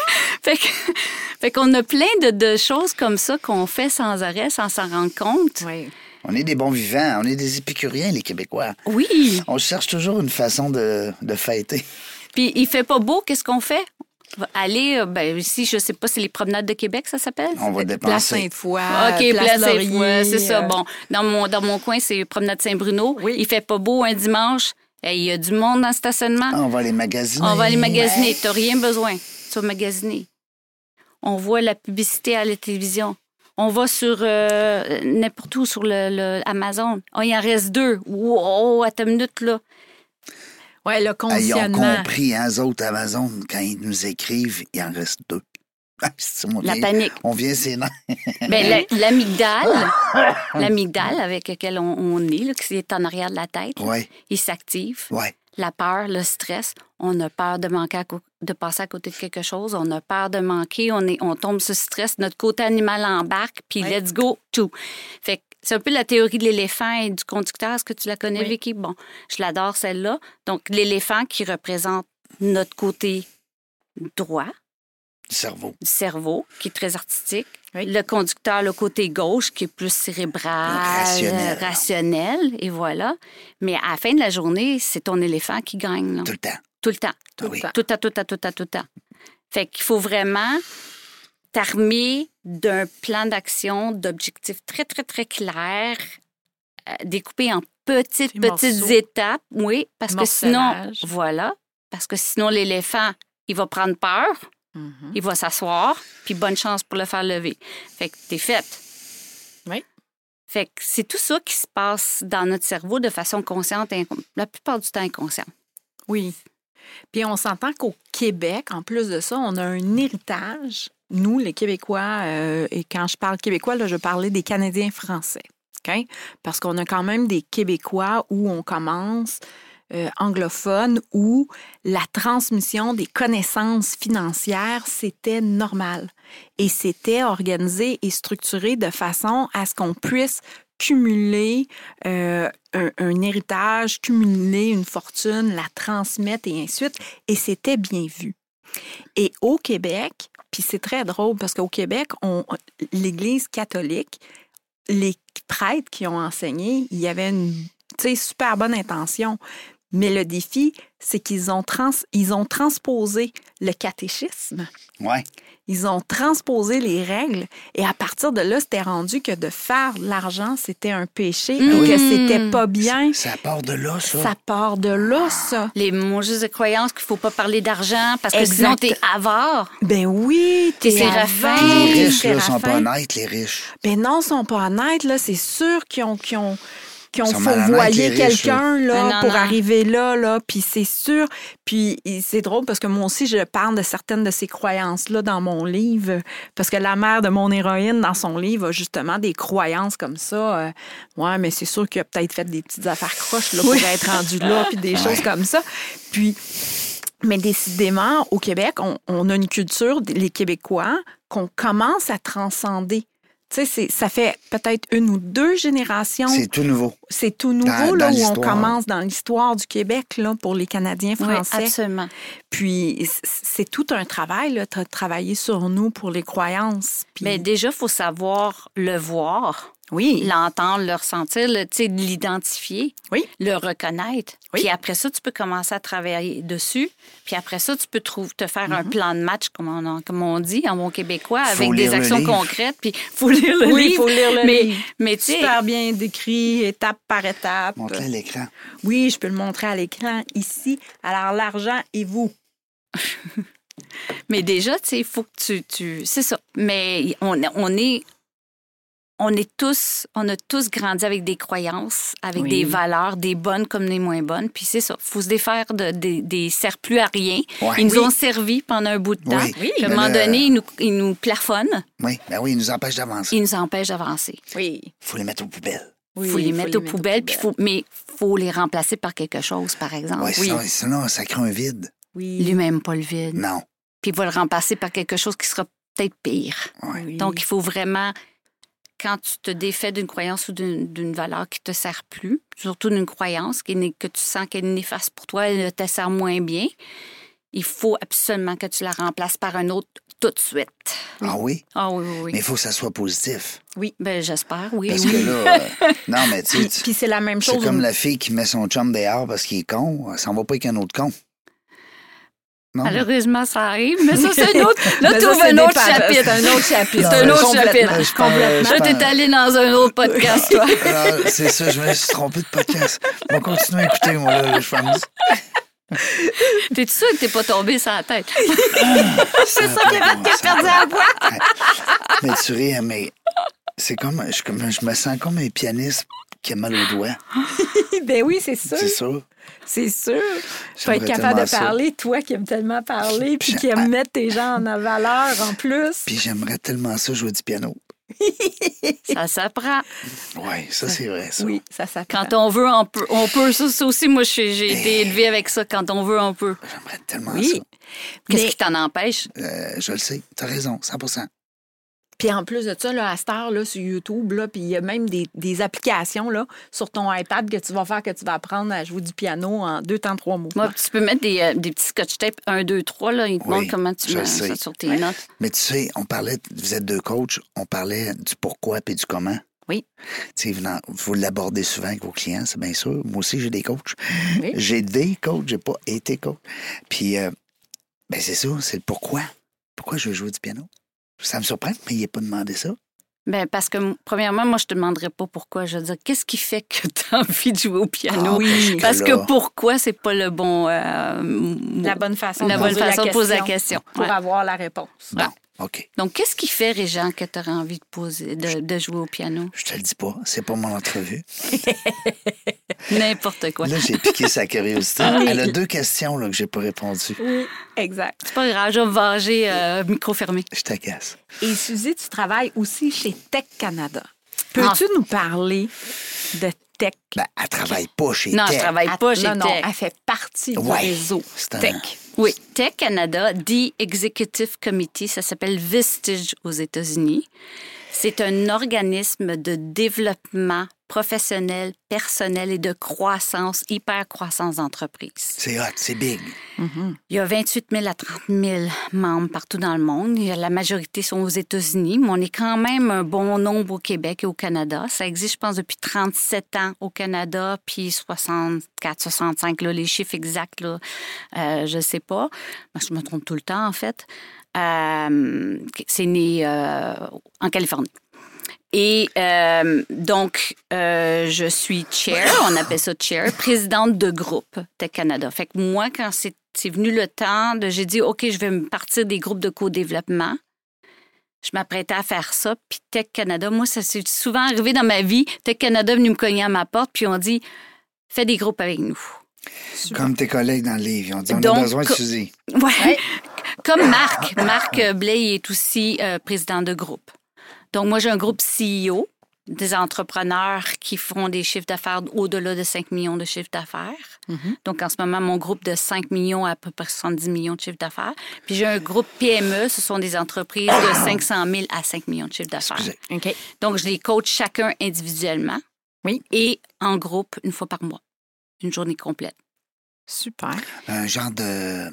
Fait qu'on a plein de choses comme ça qu'on fait sans arrêt, sans s'en rendre compte. Oui. On est des bons vivants. On est des épicuriens, les Québécois. Oui. On cherche toujours une façon de fêter. Puis il fait pas beau, qu'est-ce qu'on fait? On va aller, ici, je sais pas, c'est les promenades de Québec, ça s'appelle? On va Place dépenser. Sainte-Foy, OK, Place Laurier, Sainte-Foy, c'est ça. Bon, dans mon coin, c'est promenade Saint-Bruno. Oui. Il fait pas beau un dimanche. Il y a du monde dans le stationnement. On va aller magasiner. On va aller magasiner. T'as rien besoin. Tu vas magasiner. On voit la publicité à la télévision. On va sur n'importe où, sur le Amazon. Oh, il en reste 2. Wow, attends une minute, là. Oui, le Ils ont conditionnement. compris, hein, eux autres, Amazon, quand ils nous écrivent, il en reste 2. La panique. On vient ses nerfs. Bien, l'amygdale avec laquelle on est, là, qui est en arrière de la tête, Oui. il s'active. Oui. La peur, le stress, on a peur de manquer de passer à côté de quelque chose, on a peur de manquer, on tombe sur stress, notre côté animal embarque, puis let's go, tout. Fait que c'est un peu la théorie de l'éléphant et du conducteur. Est-ce que tu la connais, Oui. Vicky? Bon, je l'adore, celle-là. Donc, l'éléphant qui représente notre côté droit Cerveau. du cerveau, qui est très artistique. Oui. Le conducteur, le côté gauche, qui est plus cérébral, rationnel, et voilà. Mais à la fin de la journée, c'est ton éléphant qui gagne. Là. Tout le temps. Tout le temps. Ah oui. Tout le temps. Fait qu'il faut vraiment t'armer d'un plan d'action, d'objectifs très, très, très clairs, découpés en petites morceaux. étapes. Oui, parce que sinon, Morcelage. voilà, parce que sinon, l'éléphant, il va prendre peur. Mhm. Il va s'asseoir, puis bonne chance pour le faire lever. Fait que t'es faite. Oui. Fait que c'est tout ça qui se passe dans notre cerveau de façon consciente et la plupart du temps inconsciente. Oui. Puis on s'entend qu'au Québec, en plus de ça, on a un héritage, nous, les Québécois, et quand je parle québécois, là, je parlais des Canadiens français. OK? Parce qu'on a quand même des Québécois où on commence anglophone, où la transmission des connaissances financières, c'était normal. Et c'était organisé et structuré de façon à ce qu'on puisse cumuler un héritage, cumuler une fortune, la transmettre et ainsi de suite. Et c'était bien vu. Et au Québec, puis c'est très drôle parce qu'au Québec, l'Église catholique, les prêtres qui ont enseigné, il y avait une super bonne intention. Mais le défi, c'est qu'ils ont, transposé le catéchisme. Ouais. Ils ont transposé les règles. Et à partir de là, c'était rendu que de faire de l'argent, c'était un péché et que c'était pas bien. Ça part de là, ça. Ça part de là, ça. Les mots juste de croyance qu'il faut pas parler d'argent parce que sinon, t'es avare. Ben oui, t'es séraphin. Les riches, là, sont pas honnêtes, les riches. Ben non, ils sont pas honnêtes, là. C'est sûr qu'ils ont sont mal honnêtes, fourvoyé les riches, quelqu'un là, non, pour non. arriver là, puis c'est sûr. Puis c'est drôle parce que moi aussi, je parle de certaines de ces croyances-là dans mon livre, parce que la mère de mon héroïne, dans son livre, a justement des croyances comme ça. Ouais, mais c'est sûr qu'il a peut-être fait des petites affaires croches là, pour être rendu là, puis des choses comme ça. Puis, mais décidément, au Québec, on a une culture, les Québécois, qu'on commence à transcender. Tu sais, ça fait peut-être 1 ou 2 générations. C'est tout nouveau. C'est tout nouveau, Dans là, où on l'histoire. commence dans l'histoire du Québec, là, pour les Canadiens français. Oui, absolument. Puis, c'est tout un travail, là, de travailler sur nous pour les croyances. Puis... Bien, déjà, il faut savoir le voir. Oui. L'entendre, le ressentir, l'identifier, Oui. le reconnaître. Oui. Puis après ça, tu peux commencer à travailler dessus. Puis après ça, tu peux te faire un plan de match, comme on dit en bon québécois, Faut avec des lire le actions livre. concrètes. Puis il faut lire le livre. Oui, il faut lire le livre. Mais tu sais, Super bien décrit, étape par étape. Montre-le à l'écran. Oui, je peux le montrer à l'écran ici. Alors, l'argent et vous. mais déjà, tu sais, il faut que tu... C'est ça. Mais on a tous grandi avec des croyances, avec Oui. des valeurs, des bonnes comme des moins bonnes. Puis c'est ça, il faut se défaire des serre-plus à rien. Ouais. Ils nous Oui. ont servi pendant un bout de temps. Oui. Puis à un Mais moment là- donné, ils nous plafonnent, Oui, ben oui, ils nous empêchent d'avancer. ils nous empêchent d'avancer. Oui. Il faut les mettre aux poubelles. Il faut les mettre aux poubelles, puis mais il faut les remplacer par quelque chose, par exemple. Ouais, sinon, ça crée un vide. Oui. Lui-même pas le vide. Non. Puis il va le remplacer par quelque chose qui sera peut-être pire. Ouais. Oui. Donc, il faut vraiment, quand tu te défais d'une croyance ou d'une valeur qui ne te sert plus, surtout d'une croyance que tu sens qu'elle est néfaste pour toi, elle te sert moins bien, il faut absolument que tu la remplaces par un autre tout de suite. Ah oui? Ah oui, oui, oui. Mais il faut que ça soit positif. Oui. Ben, j'espère, oui. Parce oui. que là, non, mais tu Puis, sais, puis c'est la même c'est chose. comme la fille qui met son chum dehors parce qu'il est con. Ça s'en va pas avec un autre con. Non? Malheureusement, ça arrive, mais ça, c'est un autre. Là, Mais tu ça, ouvres c'est un autre dépendant. chapitre. C'est un autre chapitre. C'est un autre Complètement. chapitre. Complètement. Là, t'es allé dans un autre podcast, toi. Non, c'est ça, je me suis trompé de podcast. On va continuer à écouter, moi, là, je pense. T'es-tu sûr que t'es pas tombé sur la tête? C'est ça qui a fait que perdu la voix. Mais tu ris, mais c'est comme, je me sens comme un pianiste qui a mal aux doigts. Ben oui, c'est sûr. C'est ça. C'est sûr. Faut être J'aimerais capable de tellement ça. parler, toi qui aimes tellement parler, puis Puis qui aime mettre tes gens en valeur en plus. Puis j'aimerais tellement ça jouer du piano. Ça s'apprend. Oui, ça, c'est vrai, ça. Oui, ça s'apprend. Quand on veut, on peut. On peut. Ça aussi, moi, j'ai été élevée avec ça. Quand on veut, on peut. J'aimerais tellement Oui. ça. Qu'est-ce Mais- qui t'en empêche? Je le sais. T'as raison, 100%. Puis en plus de ça, là, à cette heure, là, sur YouTube, là, puis il y a même des applications là, sur ton iPad que tu vas faire, que tu vas apprendre à jouer du piano en 2 temps, 3 mots. Moi, tu peux mettre des petits scotch tape 1, 2, 3. Là. Ils te Oui, montrent comment tu je mets le ça sais. sur tes notes. Mais tu sais, on parlait, vous êtes 2 coachs, on parlait du pourquoi et du comment. Oui. Tu sais, vous l'abordez souvent avec vos clients, c'est bien sûr. Moi aussi, j'ai des coachs. Oui. J'ai des coachs, j'ai pas été coach. Puis, ben c'est ça, c'est le pourquoi. Pourquoi je veux jouer du piano? Ça me surprend, mais il n'est pas demandé ça. Ben, parce que, premièrement, moi, je te demanderais pas pourquoi. Je veux dire, qu'est-ce qui fait que tu as envie de jouer au piano? Ah, Oui. Parce là- que pourquoi, c'est pas le bon. La bonne façon, La de, bonne poser façon la de poser la question question. pour Ouais. avoir la réponse. Bon, OK. Donc, qu'est-ce qui fait, Régent, que tu aurais envie de jouer au piano? Je te le dis pas, c'est pas mon entrevue. N'importe quoi. Là, j'ai piqué sa curiosité. Elle a 2 questions là, que j'ai pas répondu. Oui, exact. C'est pas grave, je vais venger micro fermé. Je t'agace. Et Suzy, tu travailles aussi chez Tech Canada. Peux-tu nous parler de Tech? Ben, elle travaille pas chez Non, Tech. je travaille pas chez non, non, Tech. elle fait partie du Ouais, réseau c'est un- Tech. Oui, Tech Canada, The Executive Committee, ça s'appelle Vistage aux États-Unis. C'est un organisme de développement professionnel, personnel et de croissance, hyper-croissance d'entreprise. C'est hot, c'est big. Il y a 28 000 à 30 000 membres partout dans le monde. La majorité sont aux États-Unis, mais on est quand même un bon nombre au Québec et au Canada. Ça existe, je pense, depuis 37 ans au Canada, puis 64, 65, là, les chiffres exacts, là, je ne sais pas. Moi, je me trompe tout le temps, en fait. C'est né en Californie. Et donc, je suis chair, on appelle ça chair, présidente de groupe Tech Canada. Fait que moi, quand c'est venu le temps, j'ai dit, OK, je vais me partir des groupes de co-développement. Je m'apprêtais à faire ça. Puis Tech Canada, moi, ça s'est souvent arrivé dans ma vie. Tech Canada est venu me cogner à ma porte, puis on dit, fais des groupes avec nous. Comme tes collègues dans le livre, ils ont dit, on a besoin de Suzy. Ouais. Comme Marc. Marc Blais est aussi président de groupe. Donc, moi, j'ai un groupe CEO, des entrepreneurs qui font des chiffres d'affaires au-delà de 5 millions de chiffres d'affaires. Donc, en ce moment, mon groupe de 5 millions à peu près 70 millions de chiffres d'affaires. Puis, j'ai un groupe PME, ce sont des entreprises de 500 000 à 5 millions de chiffres d'affaires. OK. Donc, je les coach chacun individuellement et en groupe une fois par mois, une journée complète. Super. Un genre de...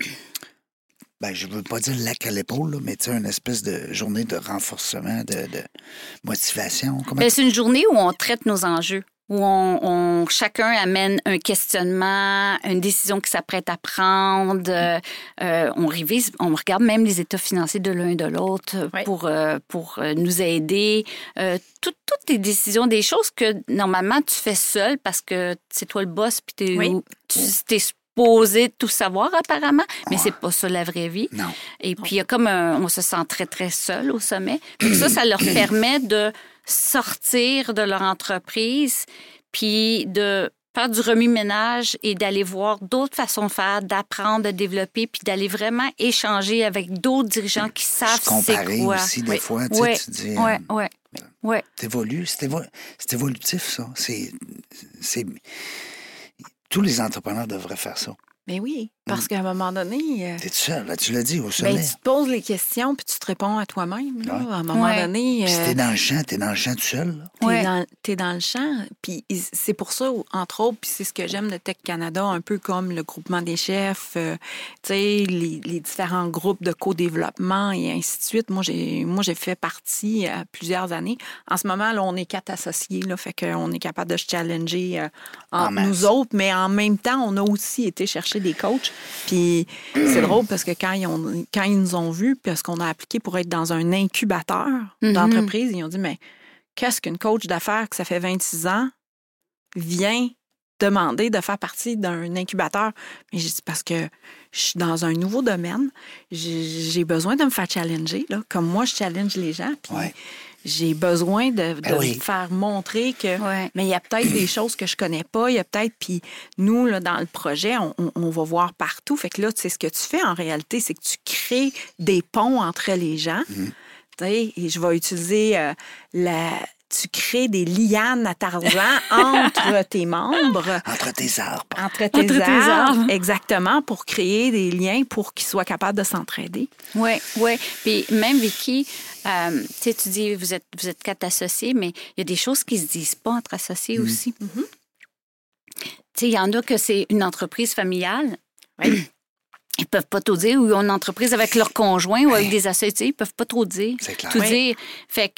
Ben, je ne veux pas dire lac à l'épaule, là, mais tu sais, une espèce de journée de renforcement, de motivation. Bien, c'est une journée où on traite nos enjeux, où chacun amène un questionnement, une décision qu'il s'apprête à prendre. On révise, on regarde même les états financiers de l'un et de l'autre pour nous aider. Toutes les décisions, des choses que normalement tu fais seul parce que c'est toi le boss puis t'es supposé tout savoir apparemment, mais c'est pas ça la vraie vie. Non. Et puis il y a comme on se sent très très seul au sommet. Donc ça leur permet de sortir de leur entreprise puis de faire du remue-ménage et d'aller voir d'autres façons de faire, d'apprendre, de développer, puis d'aller vraiment échanger avec d'autres dirigeants qui savent c'est quoi. Aussi, des fois, tu sais, tu dis... Oui. T'évolues, c'est évolutif, ça. C'est... Tous les entrepreneurs devraient faire ça. Mais oui, parce qu'à un moment donné... T'es tout seul, là, tu l'as dit, au sommet. Ben, tu te poses les questions puis tu te réponds à toi-même. Là, à un moment donné... Puis si t'es dans le champ tout seul. T'es dans le champ. Puis c'est pour ça, entre autres, puis c'est ce que j'aime de Tech Canada, un peu comme le groupement des chefs, tu sais, les différents groupes de co-développement et ainsi de suite. Moi, j'ai fait partie plusieurs années. En ce moment, là, on est 4 associés, là, fait qu'on est capable de se challenger entre nous autres, mais en même temps, on a aussi été chercher des coachs. Puis c'est drôle parce que quand ils nous ont vus, parce qu'on a appliqué pour être dans un incubateur d'entreprise, ils ont dit, mais qu'est-ce qu'une coach d'affaires que ça fait 26 ans vient demander de faire partie d'un incubateur? Mais j'ai dit, parce que je suis dans un nouveau domaine, j'ai besoin de me faire challenger, là, comme moi, je challenge les gens. Puis j'ai besoin de me faire montrer que mais il y a peut-être des choses que je connais pas, il y a peut-être, puis nous, là, dans le projet, on va voir partout. Fait que là, tu sais, ce que tu fais en réalité, c'est que tu crées des ponts entre les gens. Tu sais, et je vais utiliser tu crées des lianes à Tarzan entre tes membres. Entre tes arbres. Entre tes arbres, exactement, pour créer des liens pour qu'ils soient capables de s'entraider. Oui. Puis même, Vicky, tu dis, vous êtes 4 associés, mais il y a des choses qui ne se disent pas entre associés aussi. Tu sais, il y en a que c'est une entreprise familiale. Ils peuvent pas tout dire, ou une entreprise avec leur conjoint ou avec des associés, ils peuvent pas trop dire. C'est clair. Tout dire. Fait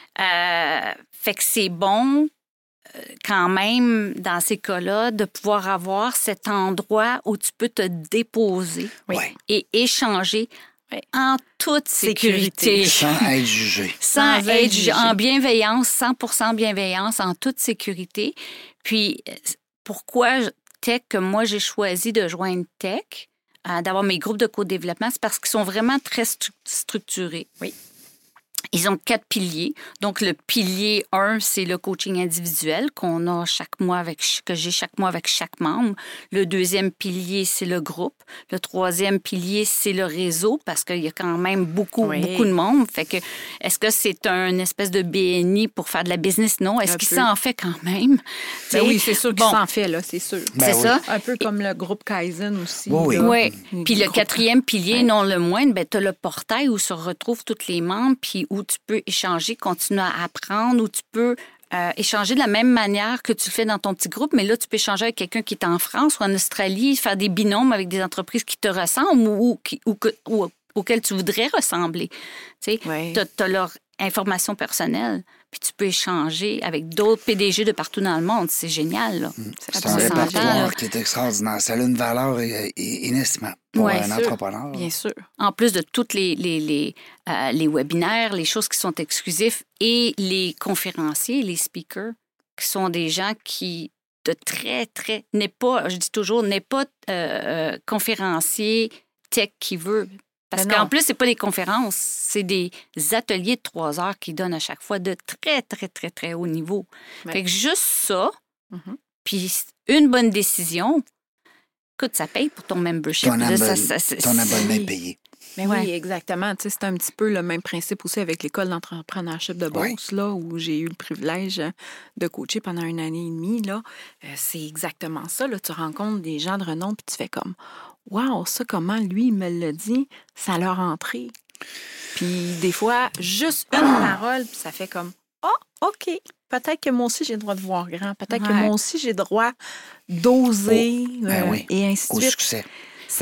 que c'est bon quand même, dans ces cas-là, de pouvoir avoir cet endroit où tu peux te déposer et échanger en toute sécurité. Sans être jugé. Sans être jugé. En bienveillance, 100% bienveillance, en toute sécurité. Puis, pourquoi Tech, que moi, j'ai choisi de joindre Tech, d'avoir mes groupes de co-développement, c'est parce qu'ils sont vraiment très structurés. Oui. Ils ont 4 piliers. Donc, le pilier 1, c'est le coaching individuel qu'on a que j'ai chaque mois avec chaque membre. Le deuxième pilier, c'est le groupe. Le troisième pilier, c'est le réseau, parce qu'il y a quand même beaucoup de monde. Fait que, est-ce que c'est une espèce de BNI pour faire de la business? Non. Est-ce qu'il s'en fait quand même? Ben oui, c'est sûr qu'il s'en fait, là, c'est sûr. C'est ça. Un peu comme le groupe Kaizen aussi. Oui. Puis le quatrième pilier, non le moindre, tu as le portail où se retrouvent tous les membres, puis où où tu peux échanger, continuer à apprendre, où tu peux échanger de la même manière que tu le fais dans ton petit groupe, mais là, tu peux échanger avec quelqu'un qui est en France ou en Australie, faire des binômes avec des entreprises qui te ressemblent ou auxquelles tu voudrais ressembler. Tu sais, tu as leur information personnelle, puis tu peux échanger avec d'autres PDG de partout dans le monde. C'est génial, là. C'est un répertoire qui est extraordinaire. Ça a une valeur inestimable pour un entrepreneur. Bien sûr. En plus de tous les webinaires, les choses qui sont exclusifs et les conférenciers, les speakers, qui sont des gens qui, de très, très... je dis toujours, n'est pas conférencier tech qui veut... Parce qu'en plus, c'est pas des conférences, c'est des ateliers de 3 heures qu'ils donnent à chaque fois de très, très, très, très haut niveau. Fait que juste ça, puis une bonne décision, écoute, ça paye pour ton membership. Ton abonnement est payé. Mais oui, exactement. Tu sais, c'est un petit peu le même principe aussi avec l'école d'entrepreneurship de Beauce, là, où j'ai eu le privilège de coacher pendant 1 année et demie. Là. C'est exactement ça. Là. Tu rencontres des gens de renom puis tu fais comme « Wow, ça, comment lui, il me l'a dit, ça l'a rentré. » Puis des fois, juste une parole, puis ça fait comme « Oh, OK, peut-être que moi aussi, j'ai le droit de voir grand. Peut-être que moi aussi, j'ai le droit d'oser. Et ainsi de suite. Au succès.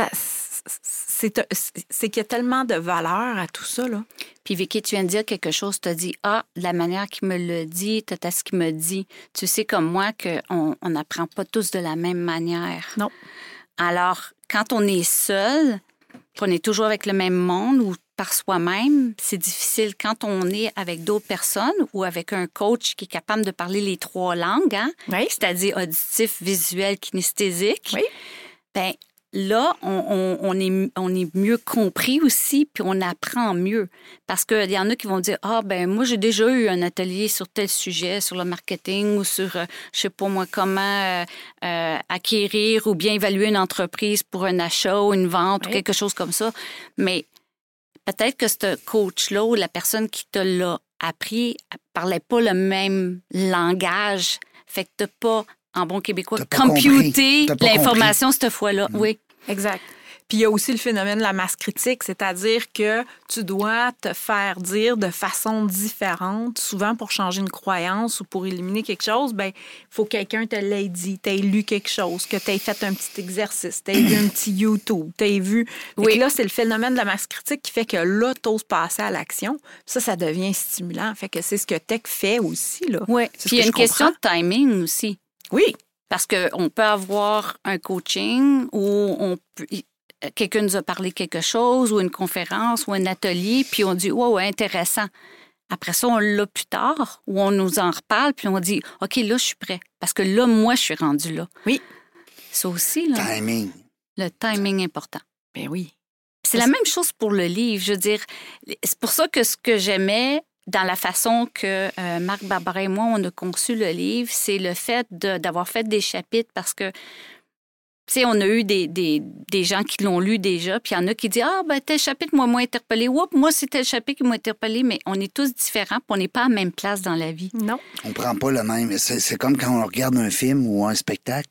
C'est qu'il y a tellement de valeur à tout ça, là. Puis Vicky, tu viens de dire quelque chose, tu as dit, la manière qu'il me l'a dit, t'as ce qu'il me dit. Tu sais comme moi qu'on n'apprend pas tous de la même manière. Non. Alors, quand on est seul, qu'on est toujours avec le même monde ou par soi-même, c'est difficile. Quand on est avec d'autres personnes ou avec un coach qui est capable de parler les 3 langues, c'est-à-dire auditif, visuel, kinesthésique, bien, là, on est mieux compris aussi, puis on apprend mieux. Parce qu'il y en a qui vont dire, moi, j'ai déjà eu un atelier sur tel sujet, sur le marketing ou sur, je sais pas moi, comment acquérir ou bien évaluer une entreprise pour un achat ou une vente ou quelque chose comme ça. Mais peut-être que ce coach-là ou la personne qui te l'a appris ne parlait pas le même langage. Fait que tu n'as pas, en bon québécois, computé l'information cette fois-là. Oui. Exact. Puis il y a aussi le phénomène de la masse critique, c'est-à-dire que tu dois te faire dire de façon différente, souvent pour changer une croyance ou pour éliminer quelque chose, il faut que quelqu'un te l'ait dit, t'aies lu quelque chose, que t'aies fait un petit exercice, t'aies vu un petit YouTube, t'aies vu... Oui. Là, c'est le phénomène de la masse critique qui fait que là, t'oses passer à l'action. Ça devient stimulant. Fait que c'est ce que Tech fait aussi, là. Oui. Puis il y a une question de timing aussi. Oui. Parce qu'on peut avoir un coaching où quelqu'un nous a parlé quelque chose ou une conférence ou un atelier, puis on dit « Wow, intéressant ». Après ça, on l'a plus tard, ou on nous en reparle, puis on dit « OK, là, je suis prêt. » Parce que là, moi, je suis rendue là. Oui. Ça aussi, là. Timing. Le timing important. Ben oui. C'est la même chose pour le livre. Je veux dire, c'est pour ça que ce que j'aimais dans la façon que Marc Barbara et moi, on a conçu le livre, c'est le fait d'avoir fait des chapitres parce que, tu sais, on a eu des gens qui l'ont lu déjà, puis il y en a qui disent « tel chapitre m'a interpellé. Oups, moi, c'est tel chapitre qui m'a interpellé. » Mais on est tous différents, puis on n'est pas à la même place dans la vie. Non. On prend pas le même. C'est comme quand on regarde un film ou un spectacle.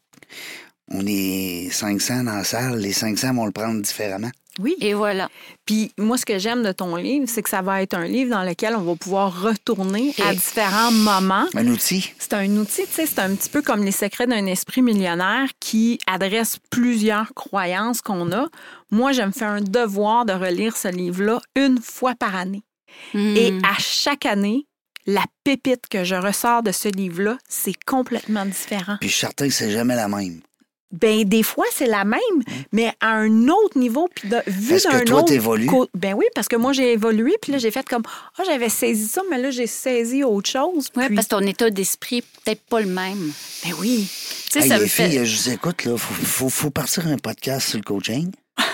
On est 500 dans la salle. Les 500 vont le prendre différemment. Oui. Et voilà. Puis moi, ce que j'aime de ton livre, c'est que ça va être un livre dans lequel on va pouvoir retourner à différents moments. Un outil. C'est un outil, tu sais, c'est un petit peu comme Les secrets d'un esprit millionnaire qui adresse plusieurs croyances qu'on a. Moi, je me fais un devoir de relire ce livre-là 1 fois par année. Et à chaque année, la pépite que je ressors de ce livre-là, c'est complètement différent. Puis je suis certain que c'est jamais la même. Ben des fois, c'est la même, mais à un autre niveau, puis vu d'un autre... Est-ce que toi, t'évolues? Ben oui, parce que moi, j'ai évolué, puis là, j'ai fait comme, j'avais saisi ça, mais là, j'ai saisi autre chose. Oui, puis... parce que ton état d'esprit n'est peut-être pas le même. Ben oui. Tu sais, les filles, je vous écoute, là, faut partir un podcast sur le coaching.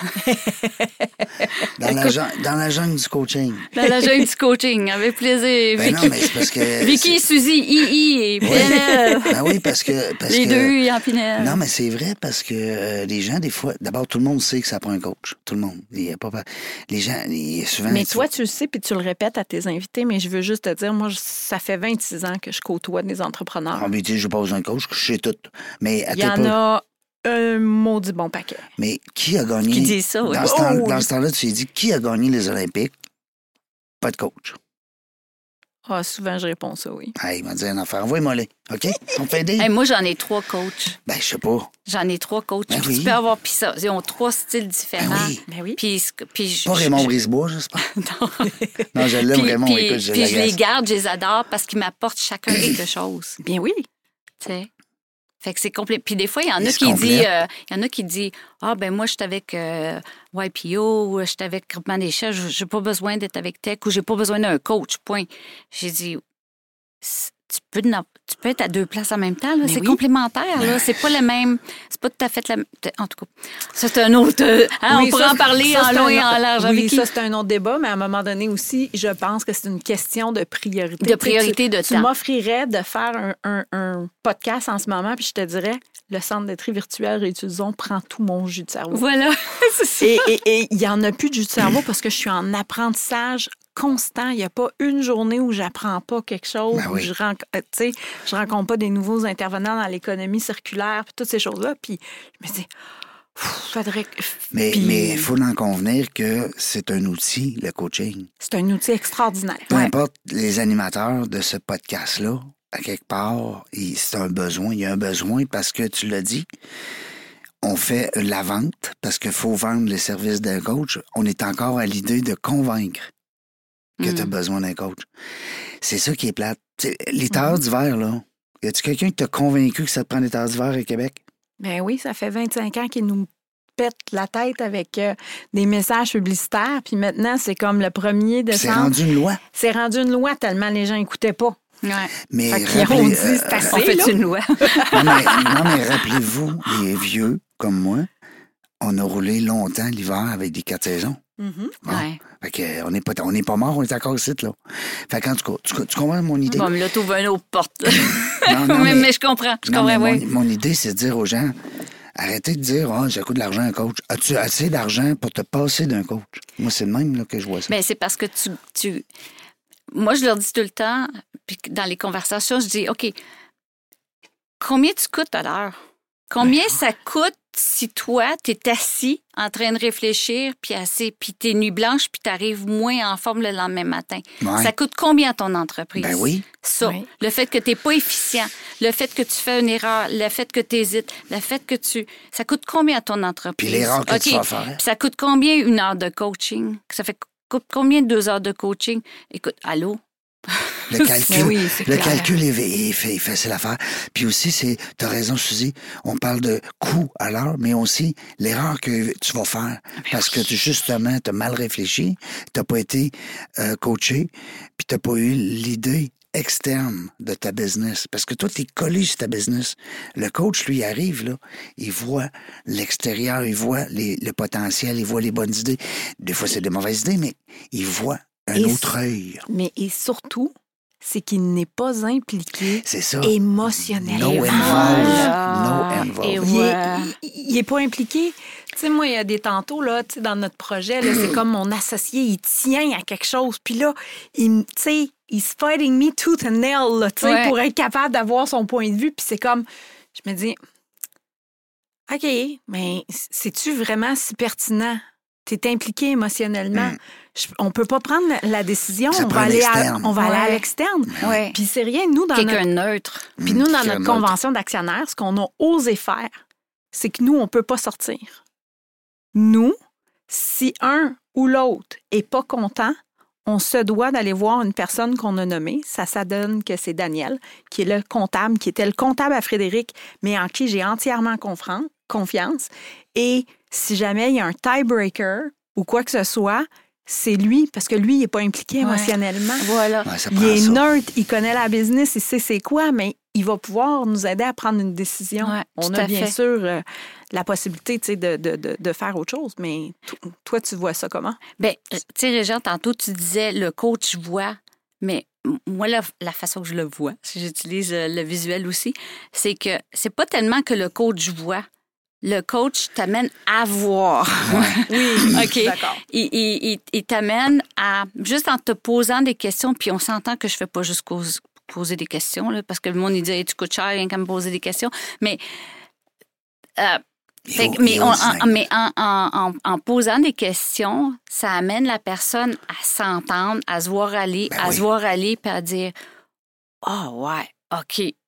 Dans la jungle du coaching. Dans la jungle du coaching, avec plaisir. Ben non, mais c'est parce que... Vicky, Suzy, II et PNL. Ben oui, parce que... Les deux, et en PNL. Non, mais c'est vrai parce que les gens, des fois... D'abord, tout le monde sait que ça prend un coach. Tout le monde. Il y a pas... Les gens, souvent... Mais toi, tu le sais, puis tu le répètes à tes invités, mais je veux juste te dire, moi, ça fait 26 ans que je côtoie des entrepreneurs. Ah, mais tu sais, je pose un coach, je sais tout. Mais il y en a un maudit bon paquet. Mais qui a gagné... Qui dit ça, oui. Dans ce temps-là, tu as dit, qui a gagné les Olympiques? Pas de coach. Ah, souvent, je réponds ça, oui. Hey, il m'a dit une affaire. Envoie-moi les. OK? On peut aider? Hey, moi, j'en ai 3 coachs. Ben, je sais pas. J'en ai 3 coachs. Ben Puis oui. tu peux avoir... Puis ça, ils ont 3 styles différents. Ben oui. Ben oui. Puis Pas Raymond Brisebois, j'espère. Non. Non, je l'aime, Raymond. Puis, Écoute, je puis je les l'agace. garde, je les adore parce qu'ils m'apportent chacun quelque chose. Bien oui. Tu sais. Fait que c'est complet. Puis des fois, il y en Il a se qui complète. disent, il y en a qui disent, ah ben moi je suis avec YPO, ou je suis avec Groupement des chefs, j'ai pas besoin d'être avec Tech ou j'ai pas besoin d'un coach. Point. J'ai dit, tu peux être à 2 places en même temps. Là. C'est oui. complémentaire. Là. C'est pas le même. C'est pas tout à fait la même. En tout cas, ça, c'est un autre. Hein, Oui, on pourrait ça, en parler ça, en c'est long un et autre- en large. Oui, avec qui? ça, c'est un autre débat, mais à un moment donné aussi, je pense que c'est une question de priorité. De priorité de Tu temps. m'offrirais de faire un podcast en ce moment, puis je te dirais, le centre d'étrie virtuel réutilisons prend tout mon jus de cerveau. Voilà. C'est ça. Et il n'y en a plus de jus de cerveau parce que je suis en apprentissage constant. Il n'y a pas une journée où j'apprends pas quelque chose, Ben oui. où je rencontre pas des nouveaux intervenants dans l'économie circulaire, puis toutes ces choses-là. Puis je me dis, faudrait que... Mais Puis il faut en convenir que c'est un outil, le coaching. c'est un outil extraordinaire. Peu Ouais. importe les animateurs de ce podcast-là, à quelque part, c'est un besoin. Il y a un besoin parce que, tu l'as dit, on fait la vente parce qu'il faut vendre les services d'un coach. On est encore à l'idée de convaincre que tu as besoin d'un coach. C'est ça qui est plate. T'sais, les tailleurs d'hiver, là, y a-tu quelqu'un qui t'a convaincu que ça te prend des tailleurs d'hiver au Québec? Ben oui, ça fait 25 ans qu'ils nous pètent la tête avec des messages publicitaires. Puis maintenant, c'est comme le 1er C'est décembre. rendu une loi. C'est rendu une loi tellement les gens n'écoutaient pas. Ouais. Mais Fait qu'ils ont dit, c'est assez, On fait là. une loi. non, mais rappelez-vous, les vieux comme moi, on a roulé longtemps l'hiver avec des 4 saisons. Bon. Ouais. Fait que on n'est pas mort, on est encore ici, là. Fait qu'en tout cas, tu comprends mon idée? Bon, mais là, t'ouvres une autre porte. Non, mais je comprends. Je non, comprends, mais oui. mon idée, c'est de dire aux gens, arrêtez de dire, j'ai coûté de l'argent à un coach. As-tu assez d'argent pour te passer d'un coach? Moi, c'est le même là, que je vois ça. Mais c'est parce que tu... Moi, je leur dis tout le temps, puis dans les conversations, je dis, OK, combien tu coûtes à l'heure? Combien ça coûte si toi, tu es assis en train de réfléchir, puis t'es nuit blanche, puis tu arrives moins en forme le lendemain matin? Ouais. Ça coûte combien à ton entreprise? Ben oui. Ça. Oui. Le fait que tu n'es pas efficient, le fait que tu fais une erreur, le fait que tu hésites, le fait que tu... Ça coûte combien à ton entreprise? Puis l'erreur que tu OK. vas faire. Puis ça coûte combien 1 heure de coaching? Ça coûte combien 2 heures de coaching? Écoute, allô? Le calcul, Mais oui, c'est le clair. calcul est facile à faire. Puis aussi, tu as raison, Suzy, on parle de coût à l'heure, mais aussi l'erreur que tu vas faire. Parce que justement, tu as mal réfléchi, tu n'as pas été coaché, puis tu n'as pas eu l'idée externe de ta business. Parce que toi, tu es collé sur ta business. Le coach, lui, arrive, là, il voit l'extérieur, il voit le potentiel, il voit les bonnes idées. Des fois, c'est des mauvaises idées, mais il voit un Et autre œil. Mais et surtout, c'est qu'il n'est pas impliqué C'est ça. émotionnellement. No Voilà. involved. Et No involved. ouais. Il n'est pas impliqué. Tu sais, moi, il y a des tantôt, là, tu sais, dans notre projet, là, c'est comme mon associé, il tient à quelque chose. Puis là, tu sais, he's fighting me tooth and nail, là, tu sais, Ouais. pour être capable d'avoir son point de vue. Puis c'est comme, je me dis, OK, mais c'est-tu vraiment si pertinent? Tu es impliqué émotionnellement. On peut pas prendre la décision. Ça On prend va aller l'externe. on va aller à Ouais. l'externe. Ouais. Puis c'est rien, nous, dans Quelqu'un notre... neutre. Puis nous, dans Quelqu'un notre neutre. convention d'actionnaires, ce qu'on a osé faire, c'est que nous, on ne peut pas sortir. Nous, si un ou l'autre est pas content, on se doit d'aller voir une personne qu'on a nommée. Ça donne que c'est Daniel, qui est le comptable, qui était le comptable à Frédéric, mais en qui j'ai entièrement confiance. Et si jamais il y a un tiebreaker ou quoi que ce soit, c'est lui, parce que lui, il n'est pas impliqué émotionnellement. Voilà. Ouais, ça Il prend est ça. neutre, il connaît la business, il sait c'est quoi, mais il va pouvoir nous aider à prendre une décision. Ouais, On tout a à bien fait. sûr la possibilité tu sais, de faire autre chose, mais toi, tu vois ça comment? Bien, tu sais, Régent, tantôt, tu disais le coach voit, mais moi, la façon que je le vois, si j'utilise le visuel aussi, c'est que c'est pas tellement que le coach voit. Le coach t'amène à voir. Oui, OK. d'accord. Il t'amène à, juste en te posant des questions, puis on s'entend que je fais pas juste poser des questions, là, parce que le monde, il dit hey, tu coûtes cher, rien qu'à me poser des questions. Mais Mais en posant des questions, ça amène la personne à s'entendre, à se voir aller, puis à dire « Ah, ouais, OK. »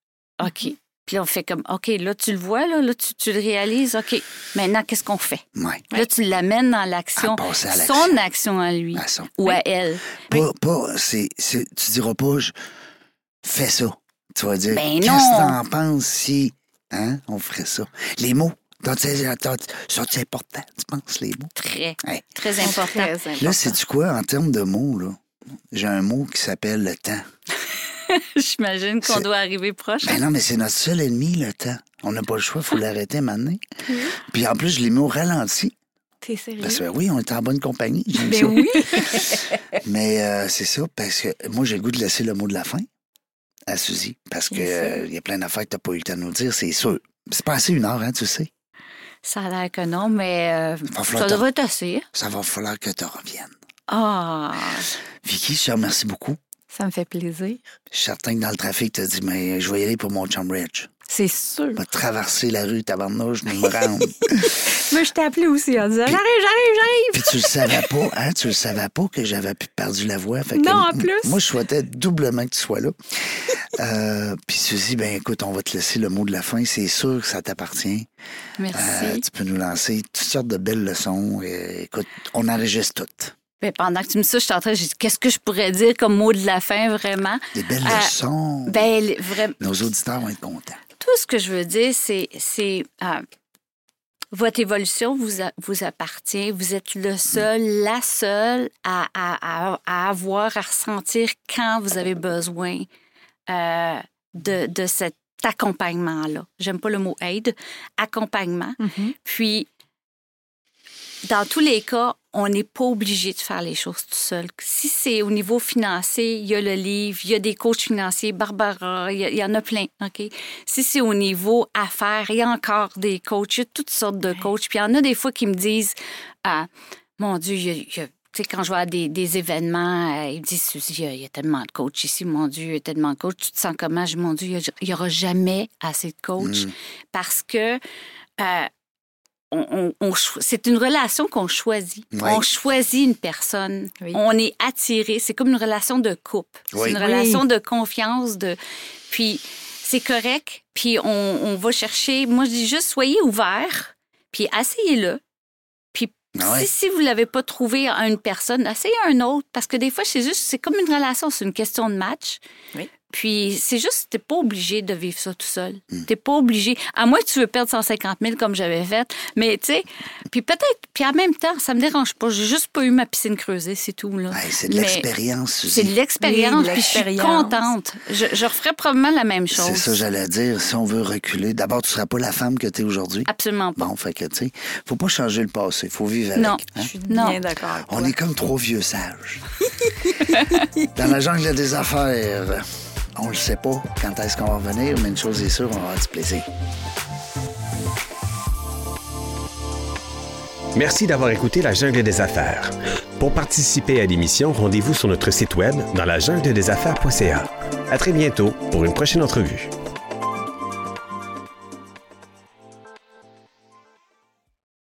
Puis là, on fait comme, OK, là, tu le vois, là tu le réalises, OK, maintenant, qu'est-ce qu'on fait? Ouais. Là, tu l'amènes dans l'action, son action à lui ou à elle. Tu diras pas, fais ça. Tu vas dire, ben qu'est-ce que t'en penses si on ferait ça? Les mots, c'est important, tu penses, les mots? Très important. Là, sais-tu quoi, en termes de mots, là? J'ai un mot qui s'appelle le temps. J'imagine qu'on doit arriver proche. Ben non, mais c'est notre seul ennemi, le temps. On n'a pas le choix, il faut l'arrêter maintenant. Puis en plus, je l'ai mis au ralenti. T'es sérieux? Parce que oui, on est en bonne compagnie. J'aime ben ça. Oui. Mais c'est ça, parce que moi, j'ai le goût de laisser le mot de la fin à Suzy. Parce que y a plein d'affaires que tu n'as pas eu le temps de nous dire, c'est sûr. C'est passé 1 heure, tu sais. Ça a l'air que non, mais ça devrait être assez. Ça va falloir que tu reviennes. Ah! Vicky, je te remercie beaucoup. Ça me fait plaisir. Je suis certain que dans le trafic, tu as dit, mais je vais y aller pour mon chum Rich. C'est sûr. Je vais traverser la rue Tabarnouche, je vais me rendre. Moi, je t'ai appelé aussi en disant, j'arrive. Puis tu le savais pas, hein? Tu le savais pas que j'avais perdu la voix. Fait que, non, en plus. Moi, je souhaitais doublement que tu sois là. Puis Suzy, ben écoute, on va te laisser le mot de la fin. C'est sûr que ça t'appartient. Merci. Tu peux nous lancer toutes sortes de belles leçons. Écoute, on enregistre toutes. Ben, pendant que tu me dis ça, je suis en train de dire qu'est-ce que je pourrais dire comme mot de la fin, vraiment? Des belles leçons. Nos auditeurs vont être contents. Tout ce que je veux dire, c'est votre évolution vous appartient. Vous êtes le seul, la seule à avoir, à ressentir quand vous avez besoin de cet accompagnement-là. J'aime pas le mot aide, accompagnement. Mm-hmm. Puis, dans tous les cas, on n'est pas obligé de faire les choses tout seul. Si c'est au niveau financier, il y a le livre, il y a des coachs financiers, Barbara, il y en a plein, OK? Si c'est au niveau affaires, il y a encore des coachs, il y a toutes sortes de coachs. Puis il y en a des fois qui me disent, mon Dieu, tu sais, quand je vois à des événements, ils me disent, Suzy, il y a tellement de coachs ici, mon Dieu, il y a tellement de coachs. Tu te sens comment? Je dis, mon Dieu, il n'y aura jamais assez de coachs parce que... c'est une relation qu'on choisit. Oui. On choisit une personne. Oui. On est attiré. C'est comme une relation de couple. Oui. C'est une relation de confiance. Puis c'est correct. Puis on va chercher... Moi, je dis juste, soyez ouverts. Puis asseyez-le. Puis si vous ne l'avez pas trouvé à une personne, essayez un autre. Parce que des fois, c'est comme une relation. C'est une question de match. Oui. Puis, c'est juste, t'es pas obligé de vivre ça tout seul. T'es pas obligé. À moins que tu veux perdre 150 000 comme j'avais fait. Mais, tu sais, puis peut-être, puis en même temps, ça me dérange pas. J'ai juste pas eu ma piscine creusée, c'est tout, là. Ouais, c'est de l'expérience, Suzy. C'est de l'expérience, puis je suis contente. Je referais probablement la même chose. C'est ça, j'allais dire. Si on veut reculer, d'abord, tu seras pas la femme que t'es aujourd'hui. Absolument pas. Bon, fait que, tu sais, faut pas changer le passé. Faut vivre avec. Non, je suis bien d'accord avec toi. On est comme 3 vieux sages. Dans la jungle des affaires... On le sait pas quand est-ce qu'on va revenir, mais une chose est sûre, on va avoir du plaisir. Merci d'avoir écouté La Jungle des Affaires. Pour participer à l'émission, rendez-vous sur notre site web dans lajungledesaffaires.ca. À très bientôt pour une prochaine entrevue.